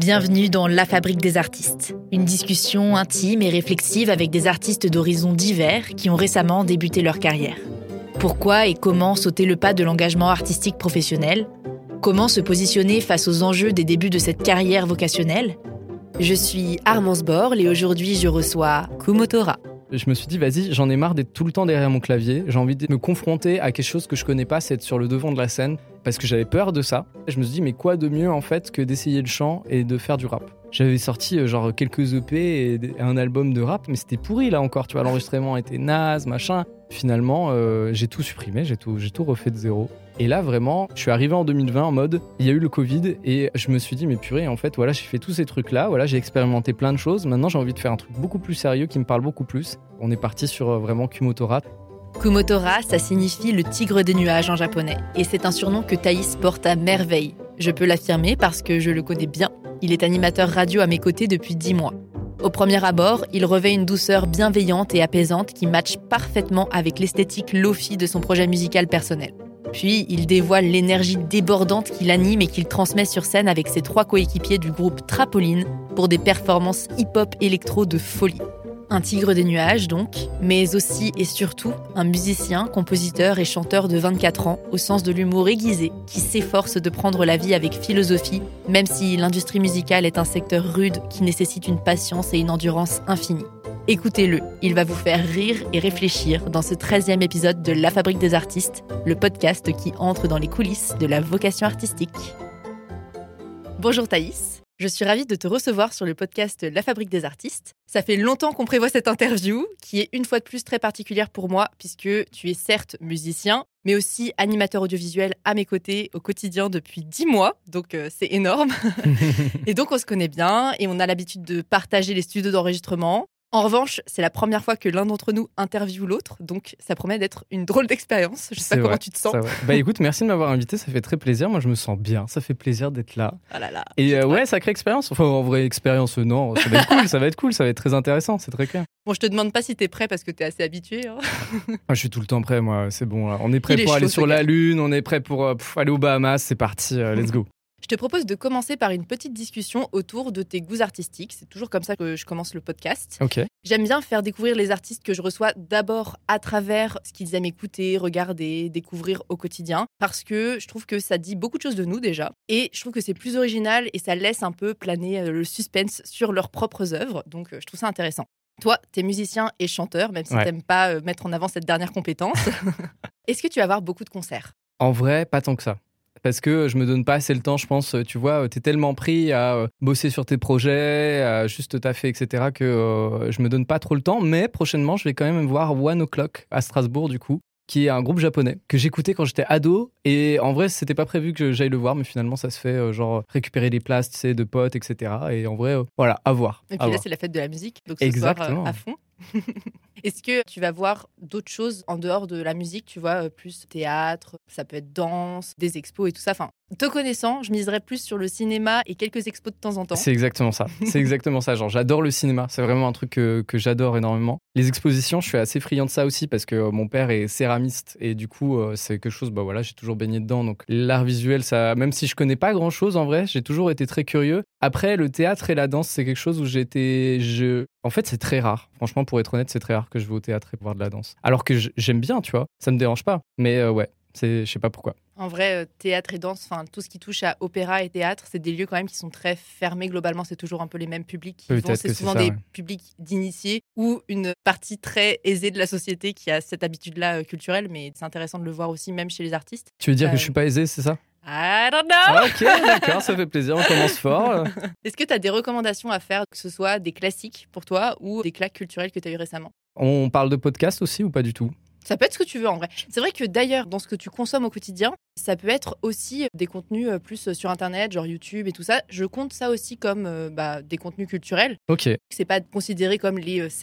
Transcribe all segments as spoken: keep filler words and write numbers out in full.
Bienvenue dans La Fabrique des artistes, une discussion intime et réflexive avec des artistes d'horizons divers qui ont récemment débuté leur carrière. Pourquoi et comment sauter le pas de l'engagement artistique professionnel ? Comment se positionner face aux enjeux des débuts de cette carrière vocationnelle ? Je suis Armance Borle et aujourd'hui je reçois Kumotora. Je me suis dit, vas-y, j'en ai marre d'être tout le temps derrière mon clavier. J'ai envie de me confronter à quelque chose que je connais pas, c'est être sur le devant de la scène, parce que j'avais peur de ça. Et je me suis dit, mais quoi de mieux en fait que d'essayer le chant et de faire du rap ? J'avais sorti euh, genre quelques E P et un album de rap, mais c'était pourri là encore, tu vois, l'enregistrement était naze, machin. Finalement, euh, j'ai tout supprimé, j'ai tout, j'ai tout refait de zéro. Et là, vraiment, je suis arrivé en deux mille vingt en mode, il y a eu le Covid et je me suis dit, mais purée, en fait, voilà, j'ai fait tous ces trucs-là, voilà, j'ai expérimenté plein de choses. Maintenant, j'ai envie de faire un truc beaucoup plus sérieux qui me parle beaucoup plus. On est parti sur euh, vraiment Kumotora. Kumotora, ça signifie le tigre des nuages en japonais. Et c'est un surnom que Thaïs porte à merveille. Je peux l'affirmer parce que je le connais bien. Il est animateur radio à mes côtés depuis dix mois. Au premier abord, il revêt une douceur bienveillante et apaisante qui matche parfaitement avec l'esthétique lofi de son projet musical personnel. Puis, il dévoile l'énergie débordante qu'il anime et qu'il transmet sur scène avec ses trois coéquipiers du groupe Trapoline pour des performances hip-hop électro de folie. Un tigre des nuages donc, mais aussi et surtout un musicien, compositeur et chanteur de vingt-quatre ans au sens de l'humour aiguisé qui s'efforce de prendre la vie avec philosophie, même si l'industrie musicale est un secteur rude qui nécessite une patience et une endurance infinie. Écoutez-le, il va vous faire rire et réfléchir dans ce treizième épisode de La Fabrique des artistes, le podcast qui entre dans les coulisses de la vocation artistique. Bonjour Thaïs. Je suis ravie de te recevoir sur le podcast La Fabrique des artistes. Ça fait longtemps qu'on prévoit cette interview, qui est une fois de plus très particulière pour moi, puisque tu es certes musicien, mais aussi animateur audiovisuel à mes côtés au quotidien depuis dix mois, donc euh, c'est énorme. Et donc on se connaît bien et on a l'habitude de partager les studios d'enregistrement. En revanche, c'est la première fois que l'un d'entre nous interviewe l'autre, donc ça promet d'être une drôle d'expérience. Je sais C'est pas vrai, comment tu te sens. Bah écoute, merci de m'avoir invité, ça fait très plaisir. Moi, je me sens bien, ça fait plaisir d'être là. Ah là là. Et euh, ouais, sacrée expérience. Enfin, en vraie expérience, non, ça va être cool, ça va être cool, ça va être très intéressant, c'est très clair. Bon, je te demande pas si t'es prêt parce que t'es assez habitué. Hein. Moi, je suis tout le temps prêt, moi, c'est bon. Là. On est prêt Il est pour chaud, aller ce sur gars. la Lune, on est prêt pour euh, pff, aller aux Bahamas, c'est parti, euh, let's go. Je te propose de commencer par une petite discussion autour de tes goûts artistiques. C'est toujours comme ça que je commence le podcast. Ok. J'aime bien faire découvrir les artistes que je reçois d'abord à travers ce qu'ils aiment écouter, regarder, découvrir au quotidien. Parce que je trouve que ça dit beaucoup de choses de nous déjà. Et je trouve que c'est plus original et ça laisse un peu planer le suspense sur leurs propres œuvres. Donc je trouve ça intéressant. Toi, t'es musicien et chanteur, même si Ouais. t'aimes pas mettre en avant cette dernière compétence. Est-ce que tu vas avoir beaucoup de concerts ? En vrai, pas tant que ça. Parce que je me donne pas assez le temps, je pense, tu vois, t'es tellement pris à euh, bosser sur tes projets, à juste taffer, et cetera, que euh, je me donne pas trop le temps. Mais prochainement, je vais quand même voir One O'Clock à Strasbourg, du coup, qui est un groupe japonais que j'écoutais quand j'étais ado. Et en vrai, c'était pas prévu que j'aille le voir, mais finalement, ça se fait, euh, genre, récupérer des places, tu sais, de potes, et cetera. Et en vrai, euh, voilà, à voir. Et à puis là, voir. c'est la fête de la musique, donc ce Exactement. soir euh, à fond. Est-ce que tu vas voir d'autres choses en dehors de la musique, tu vois, euh, plus théâtre, ça peut être danse, des expos et tout ça. Enfin, te connaissant, je miserais plus sur le cinéma et quelques expos de temps en temps. C'est exactement ça. C'est exactement ça. Genre, j'adore le cinéma. C'est vraiment un truc que, que j'adore énormément. Les expositions, je suis assez friand de ça aussi parce que euh, mon père est céramiste et du coup, euh, c'est quelque chose. Bah voilà, j'ai toujours baigné dedans. Donc, l'art visuel, ça, même si je connais pas grand chose en vrai, j'ai toujours été très curieux. Après, le théâtre et la danse, c'est quelque chose où j'ai été. Je... En fait, c'est très rare. Franchement, pour être honnête, c'est très rare que je vais au théâtre et voir de la danse. Alors que j'aime bien, tu vois. Ça me dérange pas. Mais euh, ouais, c'est, je sais pas pourquoi. En vrai, euh, théâtre et danse, enfin tout ce qui touche à opéra et théâtre, c'est des lieux quand même qui sont très fermés. Globalement, c'est toujours un peu les mêmes publics qui Peut-être vont. C'est que souvent c'est ça, des ouais. publics d'initiés ou une partie très aisée de la société qui a cette habitude-là euh, culturelle. Mais c'est intéressant de le voir aussi, même chez les artistes. Tu veux dire Euh, que je suis pas aisé, c'est ça? I don't know. Ah, ok, d'accord, ça fait plaisir. On commence fort. Est-ce que tu as des recommandations à faire, que ce soit des classiques pour toi ou des claques culturelles que tu as eues récemment ? On parle de podcast aussi ou pas du tout? Ça peut être ce que tu veux en vrai. C'est vrai que d'ailleurs, dans ce que tu consommes au quotidien, ça peut être aussi des contenus plus sur Internet, genre YouTube et tout ça. Je compte ça aussi comme euh, bah, des contenus culturels. Ok. C'est pas considéré comme les euh, sept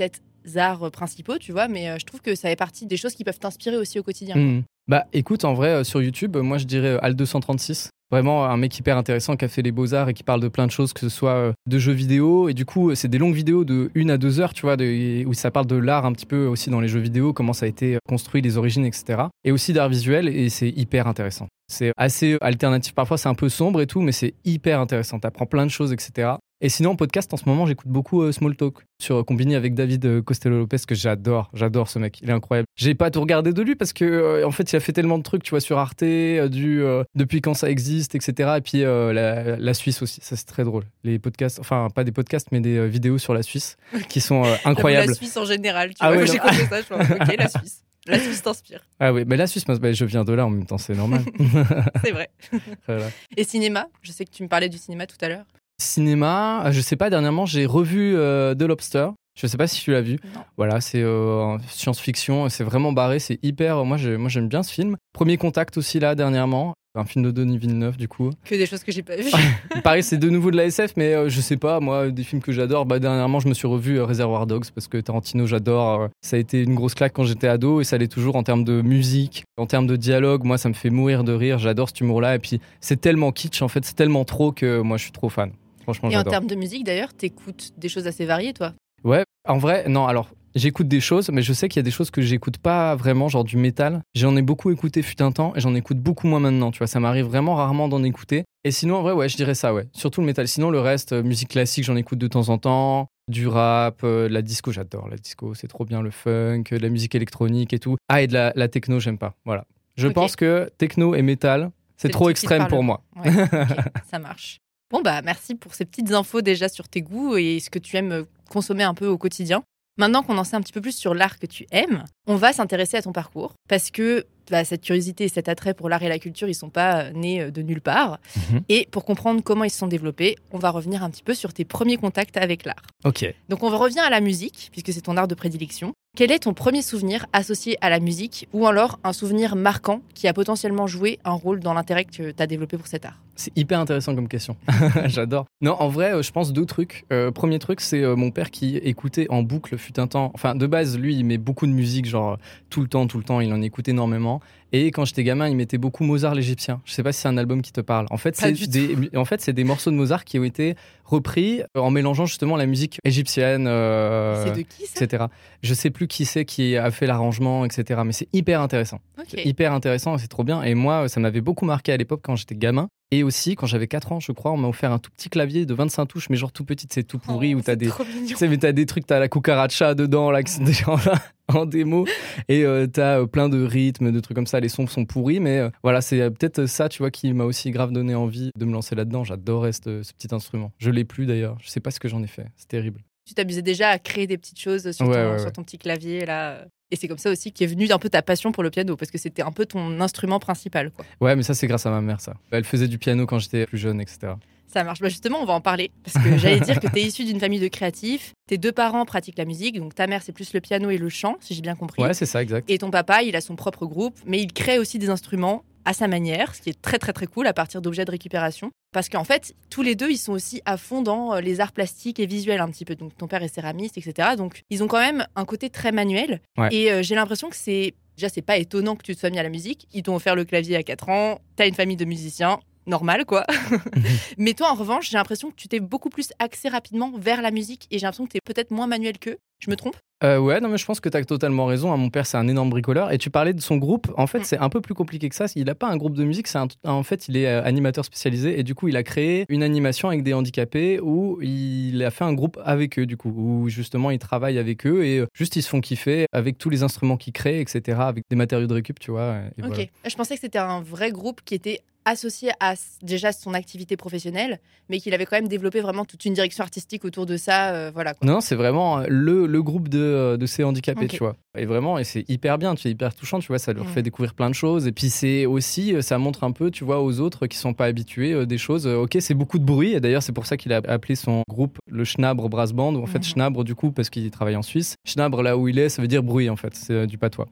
arts principaux, tu vois, mais euh, je trouve que ça fait partie des choses qui peuvent t'inspirer aussi au quotidien. Mmh. Bah écoute, en vrai, euh, sur YouTube, moi je dirais euh, Al deux cent trente-six. Vraiment un mec hyper intéressant qui a fait les beaux-arts et qui parle de plein de choses, que ce soit euh, de jeux vidéo. Et du coup, c'est des longues vidéos de une à deux heures, tu vois, de, où ça parle de l'art un petit peu aussi dans les jeux vidéo, comment ça a été construit, les origines, et cetera. Et aussi d'art visuel, et c'est hyper intéressant. C'est assez alternatif, parfois c'est un peu sombre et tout, mais c'est hyper intéressant. T'apprends plein de choses, et cetera. Et sinon, en podcast, en ce moment, j'écoute beaucoup euh, Small Talk sur Combini avec David euh, Costello-Lopez, que j'adore. J'adore ce mec. Il est incroyable. J'ai pas tout regardé de lui parce que, euh, en fait, il a fait tellement de trucs, tu vois, sur Arte, euh, du, euh, depuis quand ça existe, et cetera. Et puis, euh, la, la Suisse aussi. Ça, c'est très drôle. Les podcasts, enfin, pas des podcasts, mais des euh, vidéos sur la Suisse qui sont euh, incroyables. La Suisse en général, tu ah vois. Ouais, quand j'ai compris ça, je me suis dit, ok, la Suisse. La Suisse t'inspire. Ah oui, mais la Suisse, bah, je viens de là en même temps, c'est normal. C'est vrai. Voilà. Et cinéma, je sais que tu me parlais du cinéma tout à l'heure. Cinéma, je sais pas, dernièrement, j'ai revu euh, The Lobster. Je sais pas si tu l'as vu. Non. Voilà, c'est euh, science-fiction, c'est vraiment barré, c'est hyper. Moi, j'ai, moi, j'aime bien ce film. Premier Contact aussi là dernièrement, un film de Denis Villeneuve du coup. Que des choses que j'ai pas vues. Pareil, c'est de nouveau de la S F, mais euh, je sais pas, moi, des films que j'adore. Bah, dernièrement, je me suis revu euh, Reservoir Dogs parce que Tarantino, j'adore. Euh, ça a été une grosse claque quand j'étais ado et ça l'est toujours en termes de musique, en termes de dialogue. Moi, ça me fait mourir de rire. J'adore cet humour-là. Et puis, c'est tellement kitsch en fait, c'est tellement trop que moi, je suis trop fan. Franchement, et j'adore. en termes de musique d'ailleurs, t'écoutes des choses assez variées, toi. Ouais, en vrai, non, alors j'écoute des choses, mais je sais qu'il y a des choses que j'écoute pas vraiment, genre du métal. J'en ai beaucoup écouté fut un temps et j'en écoute beaucoup moins maintenant, tu vois, ça m'arrive vraiment rarement d'en écouter. Et sinon, en vrai, ouais, je dirais ça, ouais. Surtout le métal. Sinon, le reste, euh, musique classique, j'en écoute de temps en temps. Du rap, euh, la disco, j'adore la disco, c'est trop bien, le funk, de la musique électronique et tout. Ah, et de la, la techno, j'aime pas, voilà. Je Ok. pense que techno et métal, c'est, C'est trop le truc qui te extrême parle. pour moi. Ouais, ok, ça marche. Bon, bah, merci pour ces petites infos déjà sur tes goûts et ce que tu aimes consommer un peu au quotidien. Maintenant qu'on en sait un petit peu plus sur l'art que tu aimes, on va s'intéresser à ton parcours parce que bah, cette curiosité et cet attrait pour l'art et la culture, ils sont pas nés de nulle part. Mhm. Et pour comprendre comment ils se sont développés, on va revenir un petit peu sur tes premiers contacts avec l'art. Ok. Donc on revient à la musique, puisque c'est ton art de prédilection. Quel est ton premier souvenir associé à la musique ou alors un souvenir marquant qui a potentiellement joué un rôle dans l'intérêt que tu as développé pour cet art? C'est hyper intéressant comme question. J'adore. Non, en vrai, euh, je pense deux trucs. Euh, premier truc, c'est euh, mon père qui écoutait en boucle fut un temps. Enfin, de base, lui, il met beaucoup de musique, genre euh, tout le temps, tout le temps. Il en écoute énormément. Et quand j'étais gamin, il mettait beaucoup Mozart l'Égyptien. Je sais pas si c'est un album qui te parle. En fait, Pas c'est du des, en fait, c'est des morceaux de Mozart qui ont été repris euh, en mélangeant justement la musique égyptienne, euh, C'est de qui ça? et cetera. Je sais plus qui c'est qui a fait l'arrangement, et cetera. Mais c'est hyper intéressant. Ok. C'est hyper intéressant et c'est trop bien. Et moi, ça m'avait beaucoup marqué à l'époque quand j'étais gamin. Et aussi, quand j'avais quatre ans, je crois, on m'a offert un tout petit clavier de vingt-cinq touches, mais genre tout petit, c'est tout pourri, Oh, où t'as c'est des, trop mignon. tu sais, mais t'as des trucs, t'as la cucaracha dedans, là, qui sont déjà en, en démo, et euh, t'as euh, plein de rythmes, de trucs comme ça, les sons sont pourris, mais euh, voilà, c'est euh, peut-être ça, tu vois, qui m'a aussi grave donné envie de me lancer là-dedans. J'adorais ce, ce petit instrument. Je l'ai plus d'ailleurs, je sais pas ce que j'en ai fait, c'est terrible. Tu t'amusais déjà à créer des petites choses sur, Ouais, ton, ouais, ouais. sur ton petit clavier là. Et c'est comme ça aussi qu'est venue un peu ta passion pour le piano, parce que c'était un peu ton instrument principal, quoi. Ouais, mais ça, c'est grâce à ma mère, ça. Elle faisait du piano quand j'étais plus jeune, et cetera. Ça marche. Bah justement, on va en parler. Parce que j'allais dire que tu es issu d'une famille de créatifs. Tes deux parents pratiquent la musique. Donc ta mère, c'est plus le piano et le chant, si j'ai bien compris. Ouais, c'est ça, exact. Et ton papa, il a son propre groupe, mais il crée aussi des instruments à sa manière, ce qui est très très très cool à partir d'objets de récupération. Parce qu'en fait, tous les deux, ils sont aussi à fond dans les arts plastiques et visuels un petit peu. Donc ton père est céramiste, et cetera. Donc ils ont quand même un côté très manuel. Ouais. Et euh, j'ai l'impression que c'est... Déjà, c'est pas étonnant que tu te sois mis à la musique. Ils t'ont offert le clavier à quatre ans. T'as une famille de musiciens. Normal, quoi. Mais toi, en revanche, j'ai l'impression que tu t'es beaucoup plus axé rapidement vers la musique et j'ai l'impression que tu es peut-être moins manuel qu'eux. Je me trompe? Euh, ouais, non, mais je pense que tu as totalement raison. Mon père, c'est un énorme bricoleur. Et tu parlais de son groupe. En fait, Mm. c'est un peu plus compliqué que ça. Il n'a pas un groupe de musique. C'est un... En fait, il est euh, animateur spécialisé. Et du coup, il a créé une animation avec des handicapés où il a fait un groupe avec eux, du coup, où justement, il travaille avec eux et euh, juste, ils se font kiffer avec tous les instruments qu'il crée, et cetera, avec des matériaux de récup, tu vois. Et Ok. voilà. Je pensais que c'était un vrai groupe qui était associé à s- déjà son activité professionnelle, mais qu'il avait quand même développé vraiment toute une direction artistique autour de ça. euh, voilà, quoi. Non, c'est vraiment le, le groupe de, de ces handicapés, Ok. tu vois. Et vraiment, et c'est hyper bien, c'est hyper touchant, tu vois, ça leur Mm. fait découvrir plein de choses. Et puis c'est aussi, ça montre un peu, tu vois, aux autres qui sont pas habitués, euh, des choses. Euh, ok, c'est beaucoup de bruit, et d'ailleurs, c'est pour ça qu'il a appelé son groupe le Schnabre Brass Band, ou en fait, Mhm. Schnabre, du coup, parce qu'il travaille en Suisse. Schnabre, là où il est, ça veut dire bruit, en fait, c'est euh, du patois, tu vois.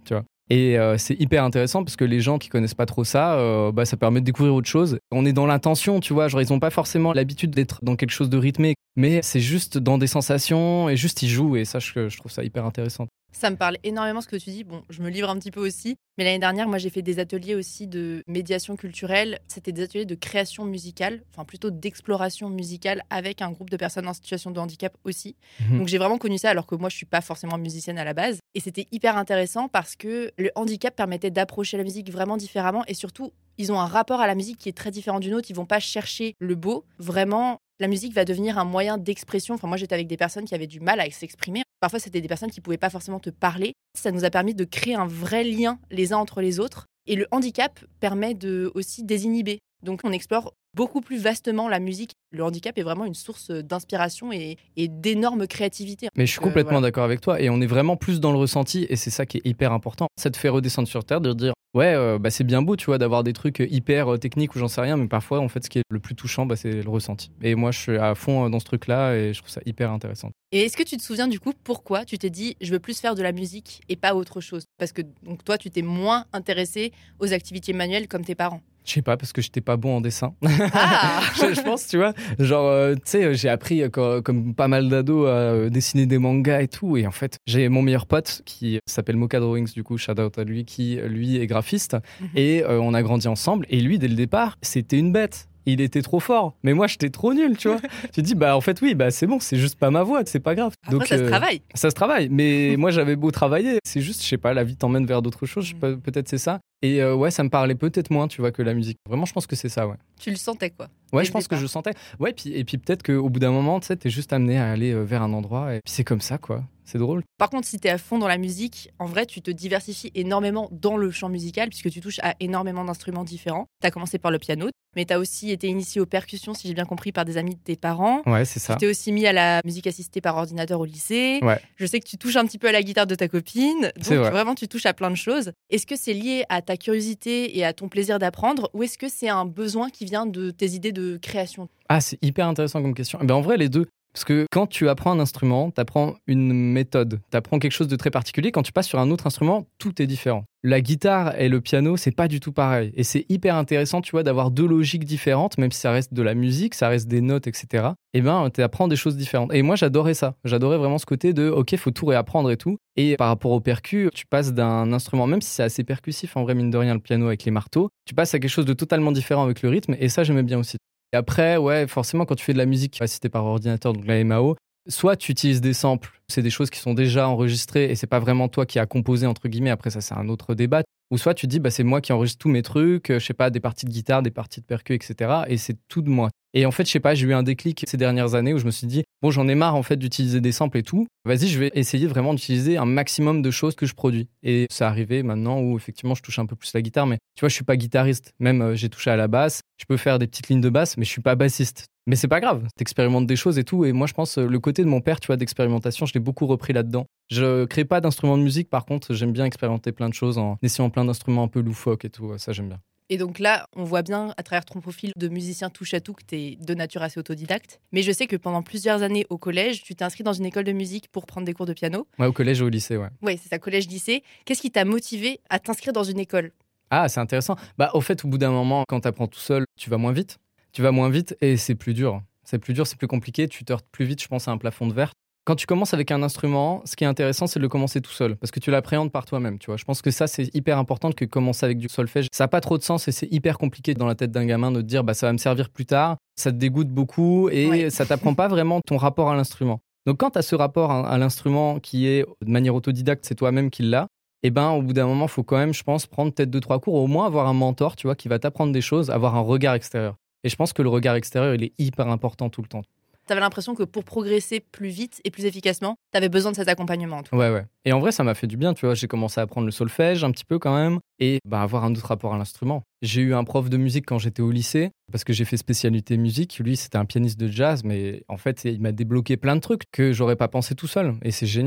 Et euh, c'est hyper intéressant parce que les gens qui connaissent pas trop ça, euh, bah, ça permet de découvrir autre chose. On est dans l'intention, tu vois, genre ils ont pas forcément l'habitude d'être dans quelque chose de rythmé, mais c'est juste dans des sensations et juste ils jouent et ça, je, je trouve ça hyper intéressant. Ça me parle énormément ce que tu dis. Bon, je me livre un petit peu aussi. Mais l'année dernière, moi, j'ai fait des ateliers aussi de médiation culturelle. C'était des ateliers de création musicale, enfin plutôt d'exploration musicale avec un groupe de personnes en situation de handicap aussi. Mmh. Donc j'ai vraiment connu ça alors que moi, je suis pas forcément musicienne à la base. Et c'était hyper intéressant parce que le handicap permettait d'approcher la musique vraiment différemment et surtout, ils ont un rapport à la musique qui est très différent du nôtre. Ils vont pas chercher le beau. Vraiment, la musique va devenir un moyen d'expression. Enfin, moi, j'étais avec des personnes qui avaient du mal à s'exprimer. Parfois, c'était des personnes qui pouvaient pas forcément te parler. Ça nous a permis de créer un vrai lien les uns entre les autres. Et le handicap permet de aussi désinhiber. Donc, on explore beaucoup plus vastement la musique. Le handicap est vraiment une source d'inspiration et, et d'énorme créativité. Mais je suis complètement euh, voilà. d'accord avec toi. Et on est vraiment plus dans le ressenti. Et c'est ça qui est hyper important. Ça te fait redescendre sur terre, de dire ouais, euh, bah, c'est bien beau, tu vois, d'avoir des trucs hyper euh, techniques ou j'en sais rien. Mais parfois, en fait, ce qui est le plus touchant, bah, c'est le ressenti. Et moi, je suis à fond dans ce truc-là et je trouve ça hyper intéressant. Et est-ce que tu te souviens du coup pourquoi tu t'es dit je veux plus faire de la musique et pas autre chose? Parce que donc, toi, tu t'es moins intéressé aux activités manuelles comme tes parents. Je sais pas, parce que j'étais pas bon en dessin. Ah je, je pense, tu vois, genre, euh, tu sais, j'ai appris, euh, comme, comme pas mal d'ados, à euh, dessiner des mangas et tout. Et en fait, j'ai mon meilleur pote qui s'appelle Mocha Drawings, du coup, shout out à lui, qui, lui, est graphiste. Mm-hmm. Et euh, on a grandi ensemble. Et lui, dès le départ, c'était une bête. Il était trop fort, mais moi j'étais trop nul, tu vois. Tu te dis bah en fait oui, bah c'est bon, c'est juste pas ma voix, c'est pas grave. Après, donc ça euh, se travaille. Ça se travaille, mais moi j'avais beau travailler, c'est juste je sais pas, la vie t'emmène vers d'autres choses, mmh. peut-être c'est ça. Et euh, ouais, ça me parlait peut-être moins, tu vois, que la musique. Vraiment, je pense que c'est ça, ouais. Tu le sentais quoi? Ouais, je pense que je le sentais. Ouais, puis et puis peut-être qu'au bout d'un moment, tu sais, t'es juste amené à aller vers un endroit et puis c'est comme ça, quoi. C'est drôle. Par contre, si t'es à fond dans la musique, en vrai, tu te diversifies énormément dans le champ musical puisque tu touches à énormément d'instruments différents. T'as commencé par le piano, mais t'as aussi été initié aux percussions, si j'ai bien compris, par des amis de tes parents. Ouais, c'est ça. Tu t'es aussi mis à la musique assistée par ordinateur au lycée. Ouais. Je sais que tu touches un petit peu à la guitare de ta copine. Donc c'est vrai. Vraiment, tu touches à plein de choses. Est-ce que c'est lié à ta curiosité et à ton plaisir d'apprendre ou est-ce que c'est un besoin qui vient de tes idées de création? Ah, c'est hyper intéressant comme question. Ben, en vrai, les deux. Parce que quand tu apprends un instrument, tu apprends une méthode, tu apprends quelque chose de très particulier. Quand tu passes sur un autre instrument, tout est différent. La guitare et le piano, c'est pas du tout pareil. Et c'est hyper intéressant, tu vois, d'avoir deux logiques différentes, même si ça reste de la musique, ça reste des notes, et cetera. Et ben, tu apprends des choses différentes. Et moi, j'adorais ça. J'adorais vraiment ce côté de, ok, faut tout réapprendre et tout. Et par rapport au percu, tu passes d'un instrument, même si c'est assez percussif, en vrai, mine de rien, le piano avec les marteaux, tu passes à quelque chose de totalement différent avec le rythme. Et ça, j'aimais bien aussi. Et après, ouais, forcément, quand tu fais de la musique assistée par ordinateur, donc la M A O, soit tu utilises des samples, c'est des choses qui sont déjà enregistrées et c'est pas vraiment toi qui as composé, entre guillemets, après ça, c'est un autre débat. Ou soit tu dis, bah, c'est moi qui enregistre tous mes trucs, je sais pas, des parties de guitare, des parties de percu, et cetera. Et c'est tout de moi. Et en fait, je sais pas, j'ai eu un déclic ces dernières années où je me suis dit, bon, j'en ai marre en fait d'utiliser des samples et tout. Vas-y, je vais essayer vraiment d'utiliser un maximum de choses que je produis. Et c'est arrivé maintenant où effectivement, je touche un peu plus la guitare, mais tu vois, je suis pas guitariste. Même euh, j'ai touché à la basse, je peux faire des petites lignes de basse, mais je suis pas bassiste. Mais c'est pas grave, t'expérimentes des choses et tout. Et moi, je pense le côté de mon père, tu vois, d'expérimentation, je l'ai beaucoup repris là-dedans. Je crée pas d'instruments de musique, par contre, j'aime bien expérimenter plein de choses en essayant plein d'instruments un peu loufoques et tout. Ça, j'aime bien. Et donc là, on voit bien à travers ton profil de musicien touche-à-tout que tu es de nature assez autodidacte. Mais je sais que pendant plusieurs années au collège, tu t'es inscrit dans une école de musique pour prendre des cours de piano. Ouais, au collège et au lycée, ouais. Ouais, c'est ça, collège-lycée. Qu'est-ce qui t'a motivé à t'inscrire dans une école? Ah, c'est intéressant. Bah, au fait, au bout d'un moment, quand tu apprends tout seul, tu vas moins vite. Tu vas moins vite et c'est plus dur. C'est plus dur, c'est plus compliqué. Tu te heurtes plus vite, je pense, à un plafond de verre. Quand tu commences avec un instrument, ce qui est intéressant, c'est de le commencer tout seul, parce que tu l'appréhendes par toi-même, tu vois. Je pense que ça, c'est hyper important que commencer avec du solfège. Ça n'a pas trop de sens et c'est hyper compliqué dans la tête d'un gamin de te dire, bah, ça va me servir plus tard. Ça te dégoûte beaucoup et ouais. Ça t'apprend pas vraiment ton rapport à l'instrument. Donc, quand tu as ce rapport à l'instrument qui est de manière autodidacte, c'est toi-même qui l'as, et ben, au bout d'un moment, il faut quand même, je pense, prendre peut-être deux, trois cours, au moins avoir un mentor, tu vois, qui va t'apprendre des choses, avoir un regard extérieur. Et je pense que le regard extérieur, il est hyper important tout le temps. T'avais l'impression que pour progresser plus vite et plus efficacement, t'avais besoin de cet accompagnement. En tout cas. Ouais, ouais. Et en vrai, ça m'a fait du bien, tu vois. J'ai commencé à apprendre le solfège un petit peu quand même et bah, avoir un autre rapport à l'instrument. J'ai eu un prof de musique quand j'étais au lycée parce que j'ai fait spécialité musique. Lui, c'était un pianiste de jazz, mais en fait, il m'a débloqué plein de trucs que j'aurais pas pensé tout seul. Et c'est génial.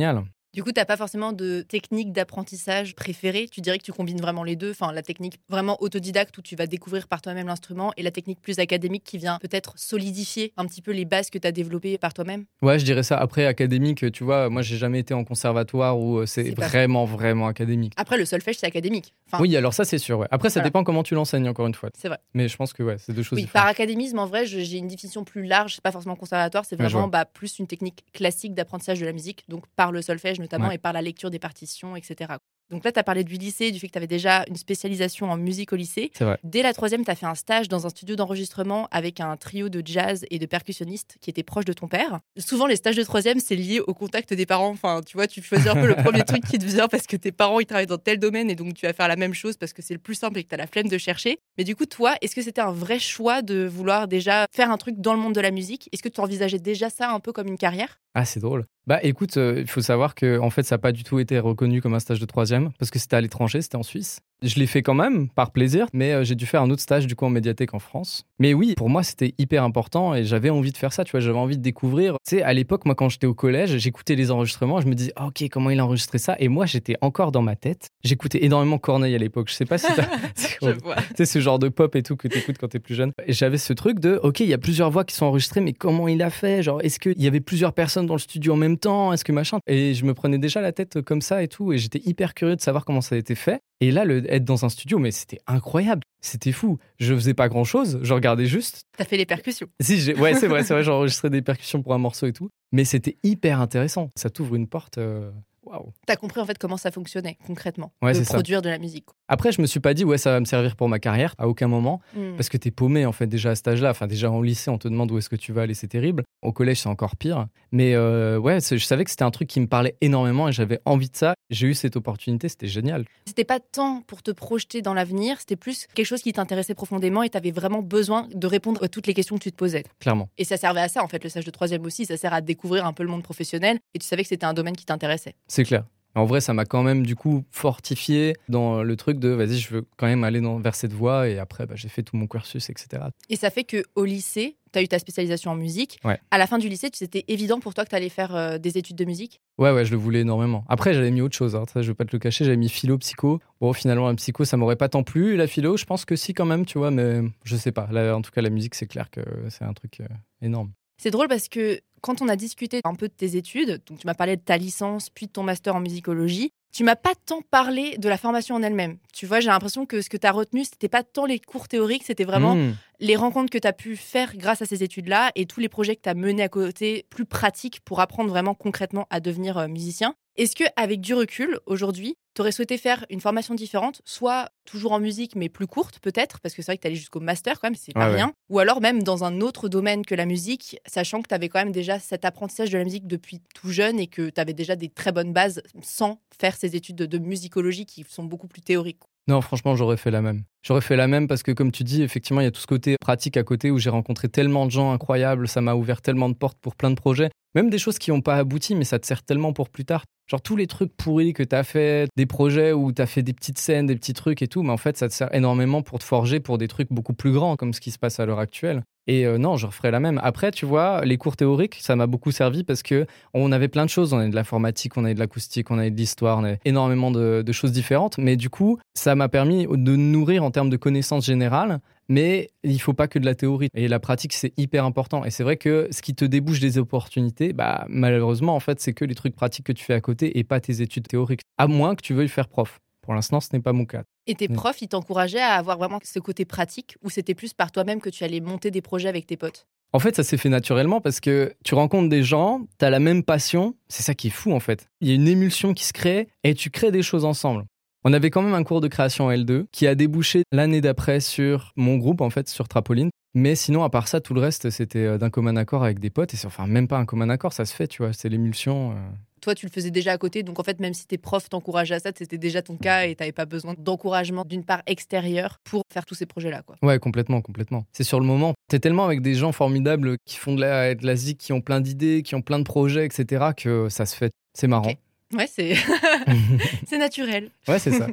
Du coup, tu n'as pas forcément de technique d'apprentissage préférée. Tu dirais que tu combines vraiment les deux. Enfin, la technique vraiment autodidacte où tu vas découvrir par toi-même l'instrument et la technique plus académique qui vient peut-être solidifier un petit peu les bases que tu as développées par toi-même. Ouais, je dirais ça. Après, académique, tu vois, moi, j'ai jamais été en conservatoire où c'est, c'est vraiment, pas... vraiment académique. Après, le solfège, c'est académique. Enfin, oui, alors ça, c'est sûr. Ouais. Après, ça voilà. dépend comment tu l'enseignes, encore une fois. C'est vrai. Mais je pense que ouais, c'est deux choses oui, différentes. Par académisme, en vrai, j'ai une définition plus large. C'est pas forcément conservatoire. C'est vraiment ouais, bah, plus une technique classique d'apprentissage de la musique. Donc, par le solfège notamment ouais. et par la lecture des partitions, et cetera. Donc là, tu as parlé du lycée, du fait que tu avais déjà une spécialisation en musique au lycée. C'est vrai. Dès la troisième, tu as fait un stage dans un studio d'enregistrement avec un trio de jazz et de percussionnistes qui étaient proches de ton père. Souvent, les stages de troisième, c'est lié au contact des parents. Enfin, tu vois, tu choisis un peu le premier truc qui te vient parce que tes parents, ils travaillent dans tel domaine et donc tu vas faire la même chose parce que c'est le plus simple et que tu as la flemme de chercher. Mais du coup, toi, est-ce que c'était un vrai choix de vouloir déjà faire un truc dans le monde de la musique ? Est-ce que tu envisageais déjà ça un peu comme une carrière ? Ah, c'est drôle. Bah écoute, il euh, faut savoir que en fait, ça n'a pas du tout été reconnu comme un stage de troisième parce que c'était à l'étranger, c'était en Suisse. Je l'ai fait quand même, par plaisir, mais euh, j'ai dû faire un autre stage du coup en médiathèque en France. Mais oui, pour moi, c'était hyper important et j'avais envie de faire ça, tu vois, j'avais envie de découvrir. Tu sais, à l'époque, moi, quand j'étais au collège, j'écoutais les enregistrements, je me disais, oh, ok, comment il a enregistré ça ? Et moi, j'étais encore dans ma tête. J'écoutais énormément Corneille à l'époque, je sais pas si t'as... Je vois. Tu sais, ce genre de pop et tout que t'écoutes quand t'es plus jeune. Et j'avais ce truc de, ok, il y a plusieurs voix qui sont enregistrées, mais comment il a fait ? Genre, est-ce qu'il y avait plusieurs personnes dans le studio en même temps ? Est-ce que machin ? Et je me prenais déjà la tête comme ça et tout, et j'étais hyper curieux de savoir comment ça a été fait. Et là, le, être dans un studio, mais c'était incroyable, c'était fou. Je faisais pas grand-chose, je regardais juste. T'as fait les percussions. Si, j'ai... ouais, c'est vrai, c'est vrai, j'ai enregistré des percussions pour un morceau et tout. Mais c'était hyper intéressant. Ça t'ouvre une porte. Euh... Waouh. T'as compris en fait comment ça fonctionnait concrètement, ouais, de c'est produire ça. de la musique. Après, je me suis pas dit ouais ça va me servir pour ma carrière à aucun moment mm. parce que t'es paumé en fait déjà à cet âge-là. Enfin déjà en lycée on te demande où est-ce que tu vas aller, c'est terrible. Au collège c'est encore pire. Mais euh, ouais, je savais que c'était un truc qui me parlait énormément et j'avais envie de ça. J'ai eu cette opportunité, c'était génial. C'était pas tant pour te projeter dans l'avenir, c'était plus quelque chose qui t'intéressait profondément et t'avais vraiment besoin de répondre à toutes les questions que tu te posais. Clairement. Et ça servait à ça en fait, le stage de troisième aussi, ça sert à découvrir un peu le monde professionnel et tu savais que c'était un domaine qui t'intéressait. C'est clair. En vrai, ça m'a quand même du coup fortifié dans le truc de vas-y, je veux quand même aller dans, vers cette voie et après bah, j'ai fait tout mon cursus, et cetera. Et ça fait qu'au lycée, tu as eu ta spécialisation en musique. Ouais. À la fin du lycée, c'était évident pour toi que tu allais faire euh, des études de musique ? Ouais, ouais, je le voulais énormément. Après, j'avais mis autre chose, hein, ça, je vais pas te le cacher, j'avais mis philo, psycho. Bon, finalement, la psycho, ça m'aurait pas tant plu. La philo, je pense que si quand même, tu vois, mais je sais pas. Là, en tout cas, la musique, c'est clair que c'est un truc euh, énorme. C'est drôle parce que quand on a discuté un peu de tes études, donc tu m'as parlé de ta licence, puis de ton master en musicologie, tu m'as pas tant parlé de la formation en elle-même. Tu vois, j'ai l'impression que ce que tu as retenu, c'était pas tant les cours théoriques, c'était vraiment mmh. les rencontres que tu as pu faire grâce à ces études-là et tous les projets que tu as menés à côté, plus pratiques pour apprendre vraiment concrètement à devenir musicien. Est-ce qu'avec du recul, aujourd'hui, tu aurais souhaité faire une formation différente, soit toujours en musique, mais plus courte peut-être, parce que c'est vrai que tu allais jusqu'au master quand même, c'est pas ouais, rien, ouais. ou alors même dans un autre domaine que la musique, sachant que tu avais quand même déjà cet apprentissage de la musique depuis tout jeune et que tu avais déjà des très bonnes bases sans faire ces études de, de musicologie qui sont beaucoup plus théoriques. Non, franchement, j'aurais fait la même. J'aurais fait la même parce que, comme tu dis, effectivement, il y a tout ce côté pratique à côté où j'ai rencontré tellement de gens incroyables, ça m'a ouvert tellement de portes pour plein de projets. Même des choses qui n'ont pas abouti, mais ça te sert tellement pour plus tard. Genre tous les trucs pourris que t'as fait, des projets où t'as fait des petites scènes, des petits trucs et tout, mais en fait, ça te sert énormément pour te forger pour des trucs beaucoup plus grands, comme ce qui se passe à l'heure actuelle. Et euh, non, je referais la même. Après, tu vois, les cours théoriques, ça m'a beaucoup servi parce que on avait plein de choses. On avait de l'informatique, on avait de l'acoustique, on avait de l'histoire, on avait énormément de, de choses différentes. Mais du coup, ça m'a permis de nourrir en termes de connaissances générales. Mais il faut pas que de la théorie. Et la pratique, c'est hyper important. Et c'est vrai que ce qui te débouche des opportunités, bah, malheureusement, en fait, c'est que les trucs pratiques que tu fais à côté et pas tes études théoriques. À moins que tu veuilles faire prof. Pour l'instant, ce n'est pas mon cas. Et tes profs, ils t'encourageaient à avoir vraiment ce côté pratique ou c'était plus par toi-même que tu allais monter des projets avec tes potes ? En fait, ça s'est fait naturellement parce que tu rencontres des gens, tu as la même passion. C'est ça qui est fou, en fait. Il y a une émulsion qui se crée et tu crées des choses ensemble. On avait quand même un cours de création en L deux qui a débouché l'année d'après sur mon groupe, en fait, sur Trapoline. Mais sinon, à part ça, tout le reste, c'était d'un commun accord avec des potes. Et c'est enfin même pas un commun accord, ça se fait, tu vois. C'est l'émulsion. Euh... Toi, tu le faisais déjà à côté. Donc, en fait, même si tes profs t'encourageaient à ça, c'était déjà ton cas et t'avais pas besoin d'encouragement d'une part extérieure pour faire tous ces projets-là, quoi. Ouais, complètement, complètement. C'est sur le moment. T'es tellement avec des gens formidables qui font de la, de la zik, qui ont plein d'idées, qui ont plein de projets, et cetera, que ça se fait. C'est marrant. Okay. Ouais, c'est... c'est naturel. Ouais, c'est ça.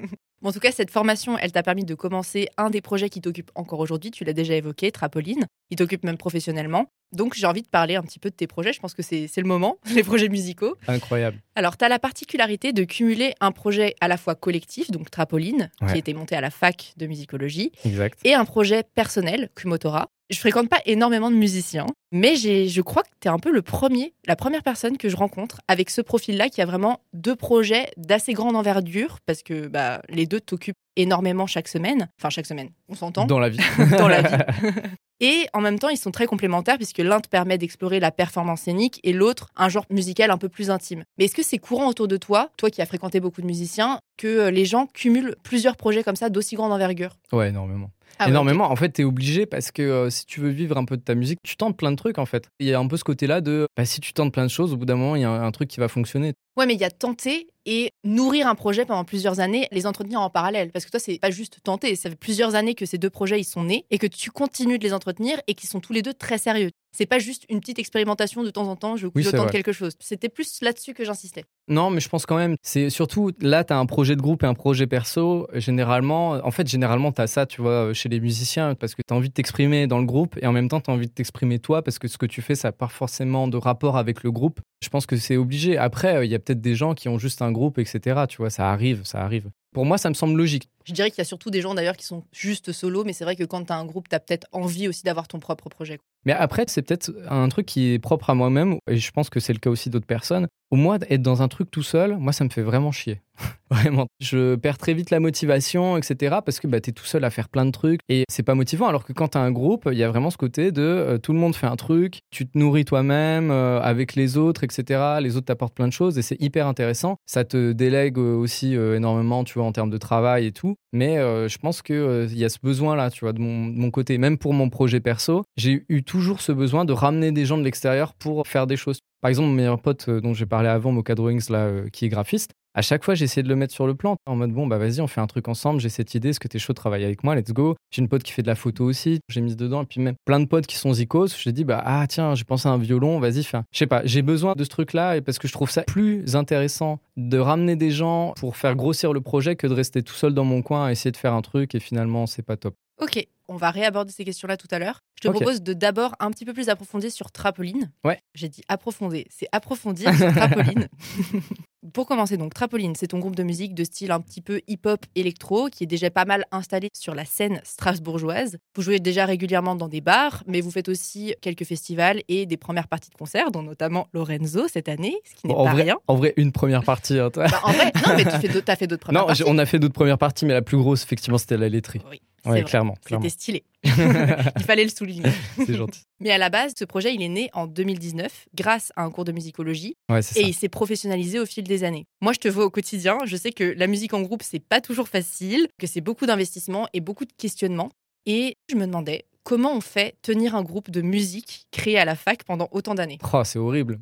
Bon, en tout cas, cette formation, elle t'a permis de commencer un des projets qui t'occupe encore aujourd'hui. Tu l'as déjà évoqué, Trapoline. Il t'occupe même professionnellement. Donc, j'ai envie de parler un petit peu de tes projets. Je pense que c'est, c'est le moment, les projets musicaux. Incroyable. Alors, tu as la particularité de cumuler un projet à la fois collectif, donc Trapoline, Ouais. qui était monté à la fac de musicologie, Exact. et un projet personnel, Kumotora. Je fréquente pas énormément de musiciens, mais j'ai, je crois que tu es un peu le premier, la première personne que je rencontre avec ce profil-là qui a vraiment deux projets d'assez grande envergure, parce que bah, les deux t'occupent énormément chaque semaine. Enfin, chaque semaine, on s'entend. Dans la vie. Dans la vie. Et en même temps, ils sont très complémentaires puisque l'un te permet d'explorer la performance scénique et l'autre, un genre musical un peu plus intime. Mais est-ce que c'est courant autour de toi, toi qui as fréquenté beaucoup de musiciens, que les gens cumulent plusieurs projets comme ça d'aussi grande envergure ? Ouais, énormément. Ah ouais, Énormément. En fait, t'es obligé parce que euh, si tu veux vivre un peu de ta musique, tu tentes plein de trucs en fait. Il y a un peu ce côté-là de bah, si tu tentes plein de choses, au bout d'un moment, il y a un, un truc qui va fonctionner. Ouais, mais il y a tenter et nourrir un projet pendant plusieurs années, les entretenir en parallèle. Parce que toi, c'est pas juste tenter. Ça fait plusieurs années que ces deux projets ils sont nés et que tu continues de les entretenir et qu'ils sont tous les deux très sérieux. C'est pas juste une petite expérimentation de temps en temps, je, Oui, je c'est tente vrai. quelque chose. C'était plus là-dessus que j'insistais. Non, mais je pense quand même, c'est surtout là, t'as un projet de groupe et un projet perso. Généralement, en fait, généralement, t'as ça, tu vois, chez les musiciens, parce que t'as envie de t'exprimer dans le groupe et en même temps, t'as envie de t'exprimer toi, parce que ce que tu fais, ça n'a pas forcément de rapport avec le groupe. Je pense que c'est obligé. Après, il y a peut-être des gens qui ont juste un groupe, et cetera. Tu vois, ça arrive, ça arrive. Pour moi, ça me semble logique. Je dirais qu'il y a surtout des gens d'ailleurs qui sont juste solo, mais c'est vrai que quand t'as un groupe, t'as peut-être envie aussi d'avoir ton propre projet. Mais après, c'est peut-être un truc qui est propre à moi-même, et je pense que c'est le cas aussi d'autres personnes. Au moins, être dans un truc tout seul, moi, ça me fait vraiment chier. Vraiment. Je perds très vite la motivation, et cetera. Parce que bah, t'es tout seul à faire plein de trucs, et c'est pas motivant. Alors que quand t'as un groupe, il y a vraiment ce côté de euh, tout le monde fait un truc, tu te nourris toi-même euh, avec les autres, et cetera. Les autres t'apportent plein de choses, et c'est hyper intéressant. Ça te délègue aussi euh, énormément, tu vois, en termes de travail et tout. Mais euh, je pense qu'il euh, y a ce besoin-là, tu vois, de mon, de mon côté. Même pour mon projet perso, j'ai eu toujours ce besoin de ramener des gens de l'extérieur pour faire des choses. Par exemple, mon meilleur pote euh, dont j'ai parlé avant, Mocha Drawings, là, euh, qui est graphiste, à chaque fois, j'ai essayé de le mettre sur le plan, en mode bon, bah vas-y, on fait un truc ensemble, j'ai cette idée, est-ce que t'es chaud de travailler avec moi, let's go. J'ai une pote qui fait de la photo aussi, j'ai mis dedans, et puis même plein de potes qui sont zikos, j'ai dit, bah ah tiens, j'ai pensé à un violon, vas-y, fais un... Je sais pas, j'ai besoin de ce truc-là, et parce que je trouve ça plus intéressant de ramener des gens pour faire grossir le projet que de rester tout seul dans mon coin à essayer de faire un truc, et finalement, c'est pas top. Ok, on va réaborder ces questions-là tout à l'heure. Je te Ok. propose de d'abord un petit peu plus approfondir sur Trapoline. Ouais. J'ai dit approfondir, c'est approfondir sur Trapoline. Pour commencer, donc, Trapoline, c'est ton groupe de musique de style un petit peu hip-hop électro qui est déjà pas mal installé sur la scène strasbourgeoise. Vous jouez déjà régulièrement dans des bars, mais vous faites aussi quelques festivals et des premières parties de concerts, dont notamment Lorenzo cette année, ce qui n'est Bon, en pas vrai, rien. En vrai, une première partie. Hein, toi. Bah, en vrai, non, mais tu fais d'autres- t'as fait d'autres premières Non, parties. j'ai- on a fait d'autres premières parties, mais la plus grosse, effectivement, c'était la laiterie. Oui, Ouais, c'est vrai. clairement, clairement. C'était stylé. Il fallait le souligner. C'est gentil. Mais à la base, ce projet, il est né en deux mille dix-neuf grâce à un cours de musicologie Ouais, c'est et ça. il s'est professionnalisé au fil des années. Moi, je te vois au quotidien. Je sais que la musique en groupe, c'est pas toujours facile, que c'est beaucoup d'investissement et beaucoup de questionnements. Et je me demandais comment on fait tenir un groupe de musique créé à la fac pendant autant d'années. Oh, c'est horrible.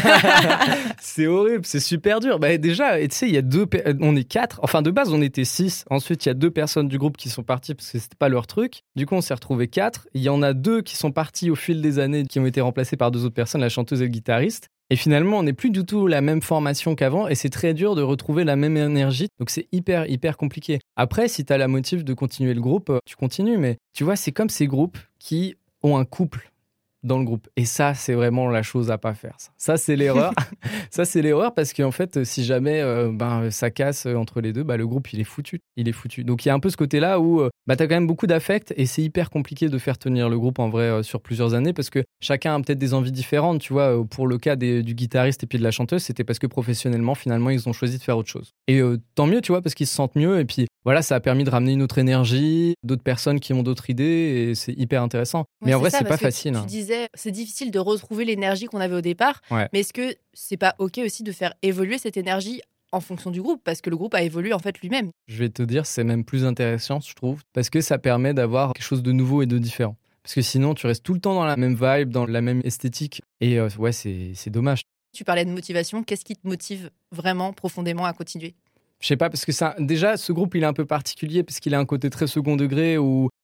C'est horrible, c'est super dur. Bah, déjà, tu sais, il y a deux, pe- on est quatre. Enfin, de base, on était six. Ensuite, il y a deux personnes du groupe qui sont parties parce que c'était pas leur truc. Du coup, on s'est retrouvés quatre. Il y en a deux qui sont partis au fil des années, qui ont été remplacés par deux autres personnes, la chanteuse et le guitariste. Et finalement, on n'est plus du tout la même formation qu'avant et c'est très dur de retrouver la même énergie. Donc, c'est hyper, hyper compliqué. Après, si tu as la motive de continuer le groupe, tu continues. Mais tu vois, c'est comme ces groupes qui ont un couple dans le groupe. Et ça, c'est vraiment la chose à pas faire. Ça, ça c'est l'erreur. Ça, c'est l'erreur parce qu'en fait, si jamais euh, ben, ça casse entre les deux, bah, le groupe, il est foutu. Il est foutu. Donc, il y a un peu ce côté-là où euh, bah, tu as quand même beaucoup d'affect et c'est hyper compliqué de faire tenir le groupe en vrai euh, sur plusieurs années parce que chacun a peut-être des envies différentes. Tu vois, euh, pour le cas des, du guitariste et puis de la chanteuse, c'était parce que professionnellement, finalement, ils ont choisi de faire autre chose. Et euh, tant mieux, tu vois, parce qu'ils se sentent mieux. Et puis, voilà, ça a permis de ramener une autre énergie, d'autres personnes qui ont d'autres idées et c'est hyper intéressant. Ouais, Mais en vrai, ça, c'est pas parce que facile. Tu hein. disais, c'est difficile de retrouver l'énergie qu'on avait au départ. Ouais. Mais est-ce que c'est pas OK aussi de faire évoluer cette énergie en fonction du groupe, parce que le groupe a évolué en fait lui-même. Je vais te dire, c'est même plus intéressant, je trouve, parce que ça permet d'avoir quelque chose de nouveau et de différent. Parce que sinon, tu restes tout le temps dans la même vibe, dans la même esthétique. Et euh, ouais, c'est, c'est dommage. Tu parlais de motivation. Qu'est-ce qui te motive vraiment profondément à continuer ? Je sais pas, parce que ça, déjà, ce groupe, il est un peu particulier, parce qu'il a un côté très second degré où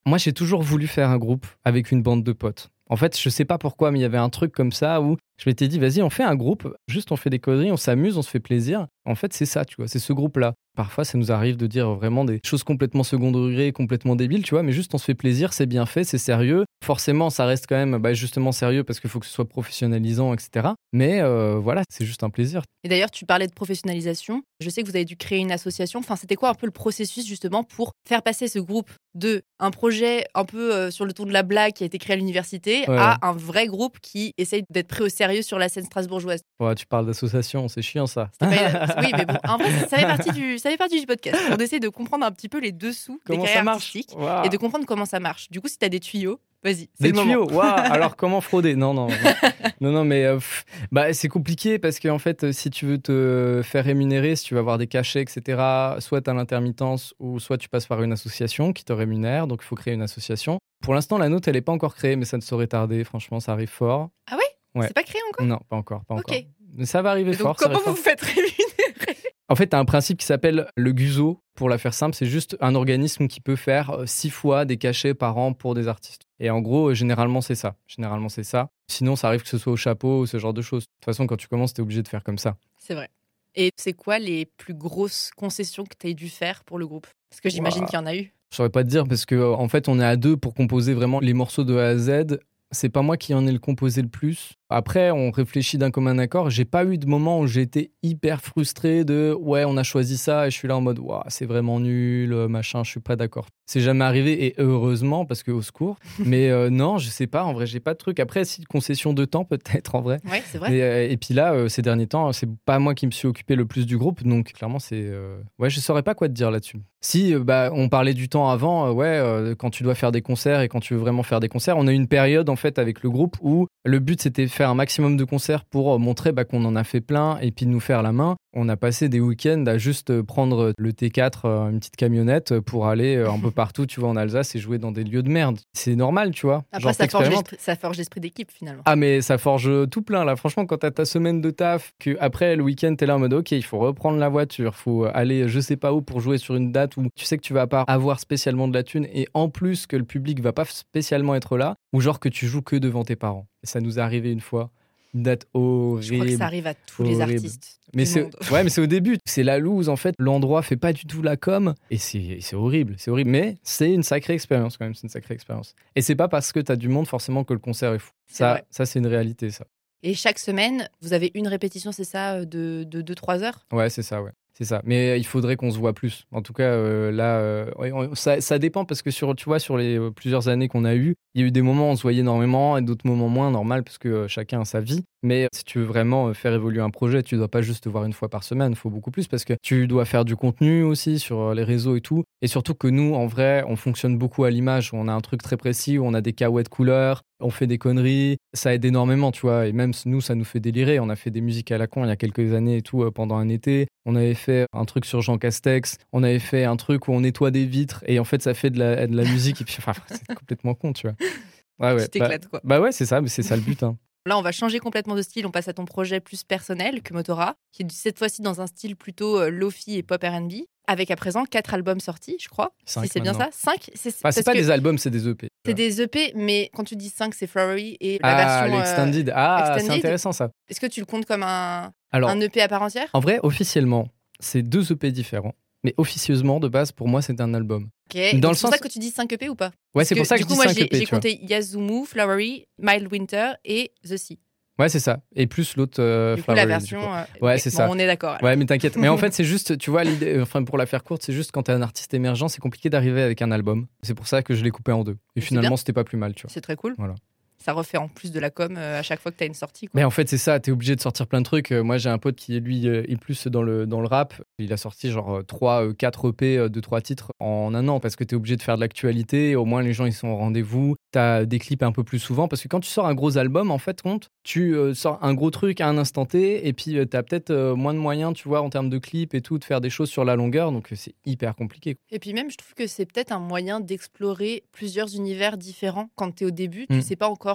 Moi, j'ai toujours voulu faire un groupe avec une bande de potes. En fait, je sais pas pourquoi, mais il y avait un truc comme ça où je m'étais dit, vas-y, on fait un groupe, juste on fait des conneries, on s'amuse, on se fait plaisir. En fait, c'est ça, tu vois, c'est ce groupe-là. Parfois, ça nous arrive de dire vraiment des choses complètement second degré, complètement débiles, tu vois, mais juste on se fait plaisir, c'est bien fait, c'est sérieux. Forcément, ça reste quand même bah, justement sérieux parce qu'il faut que ce soit professionnalisant, et cetera. Mais euh, voilà, c'est juste un plaisir. Et d'ailleurs, tu parlais de professionnalisation. Je sais que vous avez dû créer une association. Enfin, c'était quoi un peu le processus justement pour faire passer ce groupe de un projet un peu euh, sur le ton de la blague qui a été créé à l'université Ouais. à un vrai groupe qui essaye d'être pris au sérieux sur la scène strasbourgeoise. Ouais, tu parles d'association, c'est chiant ça. C'était pas- Oui, mais bon, en vrai, ça fait partie du, ça fait partie du podcast. On essaie de comprendre un petit peu les dessous Comment des ça carrières marche artistiques Waouh. et de comprendre comment ça marche. Du coup, si tu as des tuyaux, vas-y, c'est Des le moment. tuyaux, waouh. Alors comment frauder? Non, non, non, non, non, mais euh, pff, bah c'est compliqué parce qu'en fait, euh, si tu veux te faire rémunérer, si tu vas avoir des cachets, et cetera. Soit t'as l'intermittence ou soit tu passes par une association qui te rémunère. Donc il faut créer une association. Pour l'instant, la nôtre, elle est pas encore créée, mais ça ne saurait tarder. Franchement, ça arrive fort. Ah ouais, Ouais. C'est pas créé encore. Non, pas encore, pas Ok. encore. Mais ça va arriver Et donc, fort. ça comment arrive vous fort. vous faites rémunérer? En fait, tu as un principe qui s'appelle le G U S O. Pour la faire simple, c'est juste un organisme qui peut faire euh, six fois des cachets par an pour des artistes. Et en gros, euh, généralement, c'est ça. Généralement, c'est ça. Sinon, ça arrive que ce soit au chapeau ou ce genre de choses. De toute façon, quand tu commences, tu es obligé de faire comme ça. C'est vrai. Et c'est quoi les plus grosses concessions que tu as dû faire pour le groupe? Parce que j'imagine Ouah. qu'il y en a eu. Je saurais pas te dire parce que euh, en fait, on est à deux pour composer vraiment les morceaux de A à Z. C'est pas moi qui en ai le composé le plus. Après, on réfléchit d'un commun accord. J'ai pas eu de moment où j'ai été hyper frustré de ouais, on a choisi ça et je suis là en mode waouh, c'est vraiment nul, machin, je suis pas d'accord. C'est jamais arrivé et heureusement parce que au secours. Mais euh, non, je sais pas. En vrai, j'ai pas de truc. Après, si concession de temps peut-être en vrai. Ouais, c'est vrai. Et, euh, et puis là, euh, ces derniers temps, c'est pas moi qui me suis occupé le plus du groupe, donc clairement, c'est euh, ouais, je saurais pas quoi te dire là-dessus. Si euh, bah on parlait du temps avant, euh, ouais, euh, quand tu dois faire des concerts et quand tu veux vraiment faire des concerts, on a eu une période en fait avec le groupe où le but c'était faire un maximum de concerts pour euh, montrer bah, qu'on en a fait plein et puis de nous faire la main. On a passé des week-ends à juste prendre le T quatre, euh, une petite camionnette, pour aller euh, un peu partout, tu vois, en Alsace et jouer dans des lieux de merde. C'est normal, tu vois. Après, Genre, ça forge, t'expérimentes. l'esprit, ça forge l'esprit d'équipe finalement. Ah mais ça forge tout plein là, franchement quand t'as ta semaine de taf, que après le week-end t'es là en mode ok il faut reprendre la voiture, faut aller je sais pas où pour jouer sur une date où tu sais que tu vas pas avoir spécialement de la thune et en plus que le public va pas spécialement être là, ou genre que tu joues que devant tes parents. Et ça nous est arrivé une fois, une date horrible. Je crois que ça arrive à tous les horrible. artistes. Mais du c'est monde. ouais mais c'est au début, c'est la loose en fait, l'endroit fait pas du tout la com et c'est c'est horrible, c'est horrible mais c'est une sacrée expérience quand même, c'est une sacrée expérience. Et c'est pas parce que t'as du monde forcément que le concert est fou. C'est Ça vrai. ça c'est une réalité ça. Et chaque semaine, vous avez une répétition, c'est ça, de deux trois heures? Ouais, c'est ça, ouais. C'est ça. Mais il faudrait qu'on se voit plus. En tout cas, euh, là, euh, ouais, on- ça, ça dépend parce que sur, tu vois, sur les euh, plusieurs années qu'on a eues, il y a eu des moments où on se voyait énormément et d'autres moments moins, normal, parce que euh, chacun a sa vie. Mais si tu veux vraiment euh, faire évoluer un projet, tu dois pas juste te voir une fois par semaine, il faut beaucoup plus parce que tu dois faire du contenu aussi sur euh, les réseaux et tout. Et surtout que nous, en vrai, on fonctionne beaucoup à l'image. On a un truc très précis où on a des cahuètes de couleurs, on fait des conneries. Ça aide énormément, tu vois. Et même nous, ça nous fait délirer. On a fait des musiques à la con il y a quelques années et tout euh, pendant un été. On avait fait un truc sur Jean Castex. On avait fait un truc où on nettoie des vitres et en fait, ça fait de la, de la musique. Et puis, enfin, c'est complètement con, tu vois. Ouais, ouais. Tu t'éclates, quoi. Bah ouais, c'est ça, mais c'est ça le but. Hein. Là, on va changer complètement de style. On passe à ton projet plus personnel que Motora, qui est cette fois-ci dans un style plutôt euh, lofi et pop R and B, avec à présent quatre albums sortis, je crois. Cinq si c'est bien maintenant. ça. Cinq. C'est, Enfin, parce c'est pas que des albums, c'est des E P. c'est des E P, mais quand tu dis cinq, c'est Flowery et la Ah, version. euh, l'extended. Ah, c'est extended. intéressant ça. Est-ce que tu le comptes comme un, Alors, un E P à part entière? en vrai, officiellement, c'est deux E P différents. Mais officieusement, de base, pour moi, c'est un album. Ok. Dans Donc, le c'est pour sens- ça que tu dis cinq E P ou pas? Ouais, c'est Parce pour ça que du je coup, dis moi, cinq j'ai, E P, j'ai tu vois. compté Yazumu, Flowery, Mild Winter et The Sea. Ouais, c'est ça. Et plus l'autre euh, Du coup, la Flowery, version. du coup. euh, Ouais, ok, c'est bon, ça. On est d'accord. alors. Ouais, mais t'inquiète. Mais en fait, c'est juste, tu vois, l'idée, euh, enfin, pour la faire courte, c'est juste quand t'es un artiste émergent, c'est compliqué d'arriver avec un album. C'est pour ça que je l'ai coupé en deux. Et C'est finalement, bien. c'était pas plus mal, tu vois. C'est très cool. Voilà. Ça refait en plus de la com euh, à chaque fois que tu as une sortie. Quoi. Mais en fait, c'est ça, t'es obligé de sortir plein de trucs. Euh, Moi, j'ai un pote qui, lui, euh, est plus dans le, dans le rap. Il a sorti genre trois, quatre E P de trois titres en un an parce que t'es obligé de faire de l'actualité. Au moins, les gens, ils sont au rendez-vous. T'as des clips un peu plus souvent parce que quand tu sors un gros album, en fait, compte, tu euh, sors un gros truc à un instant T et puis euh, t'as peut-être euh, moins de moyens, tu vois, en termes de clips et tout, de faire des choses sur la longueur. Donc, euh, c'est hyper compliqué. Et puis même, je trouve que c'est peut-être un moyen d'explorer plusieurs univers différents. Quand tu es au début, tu Mm. sais pas encore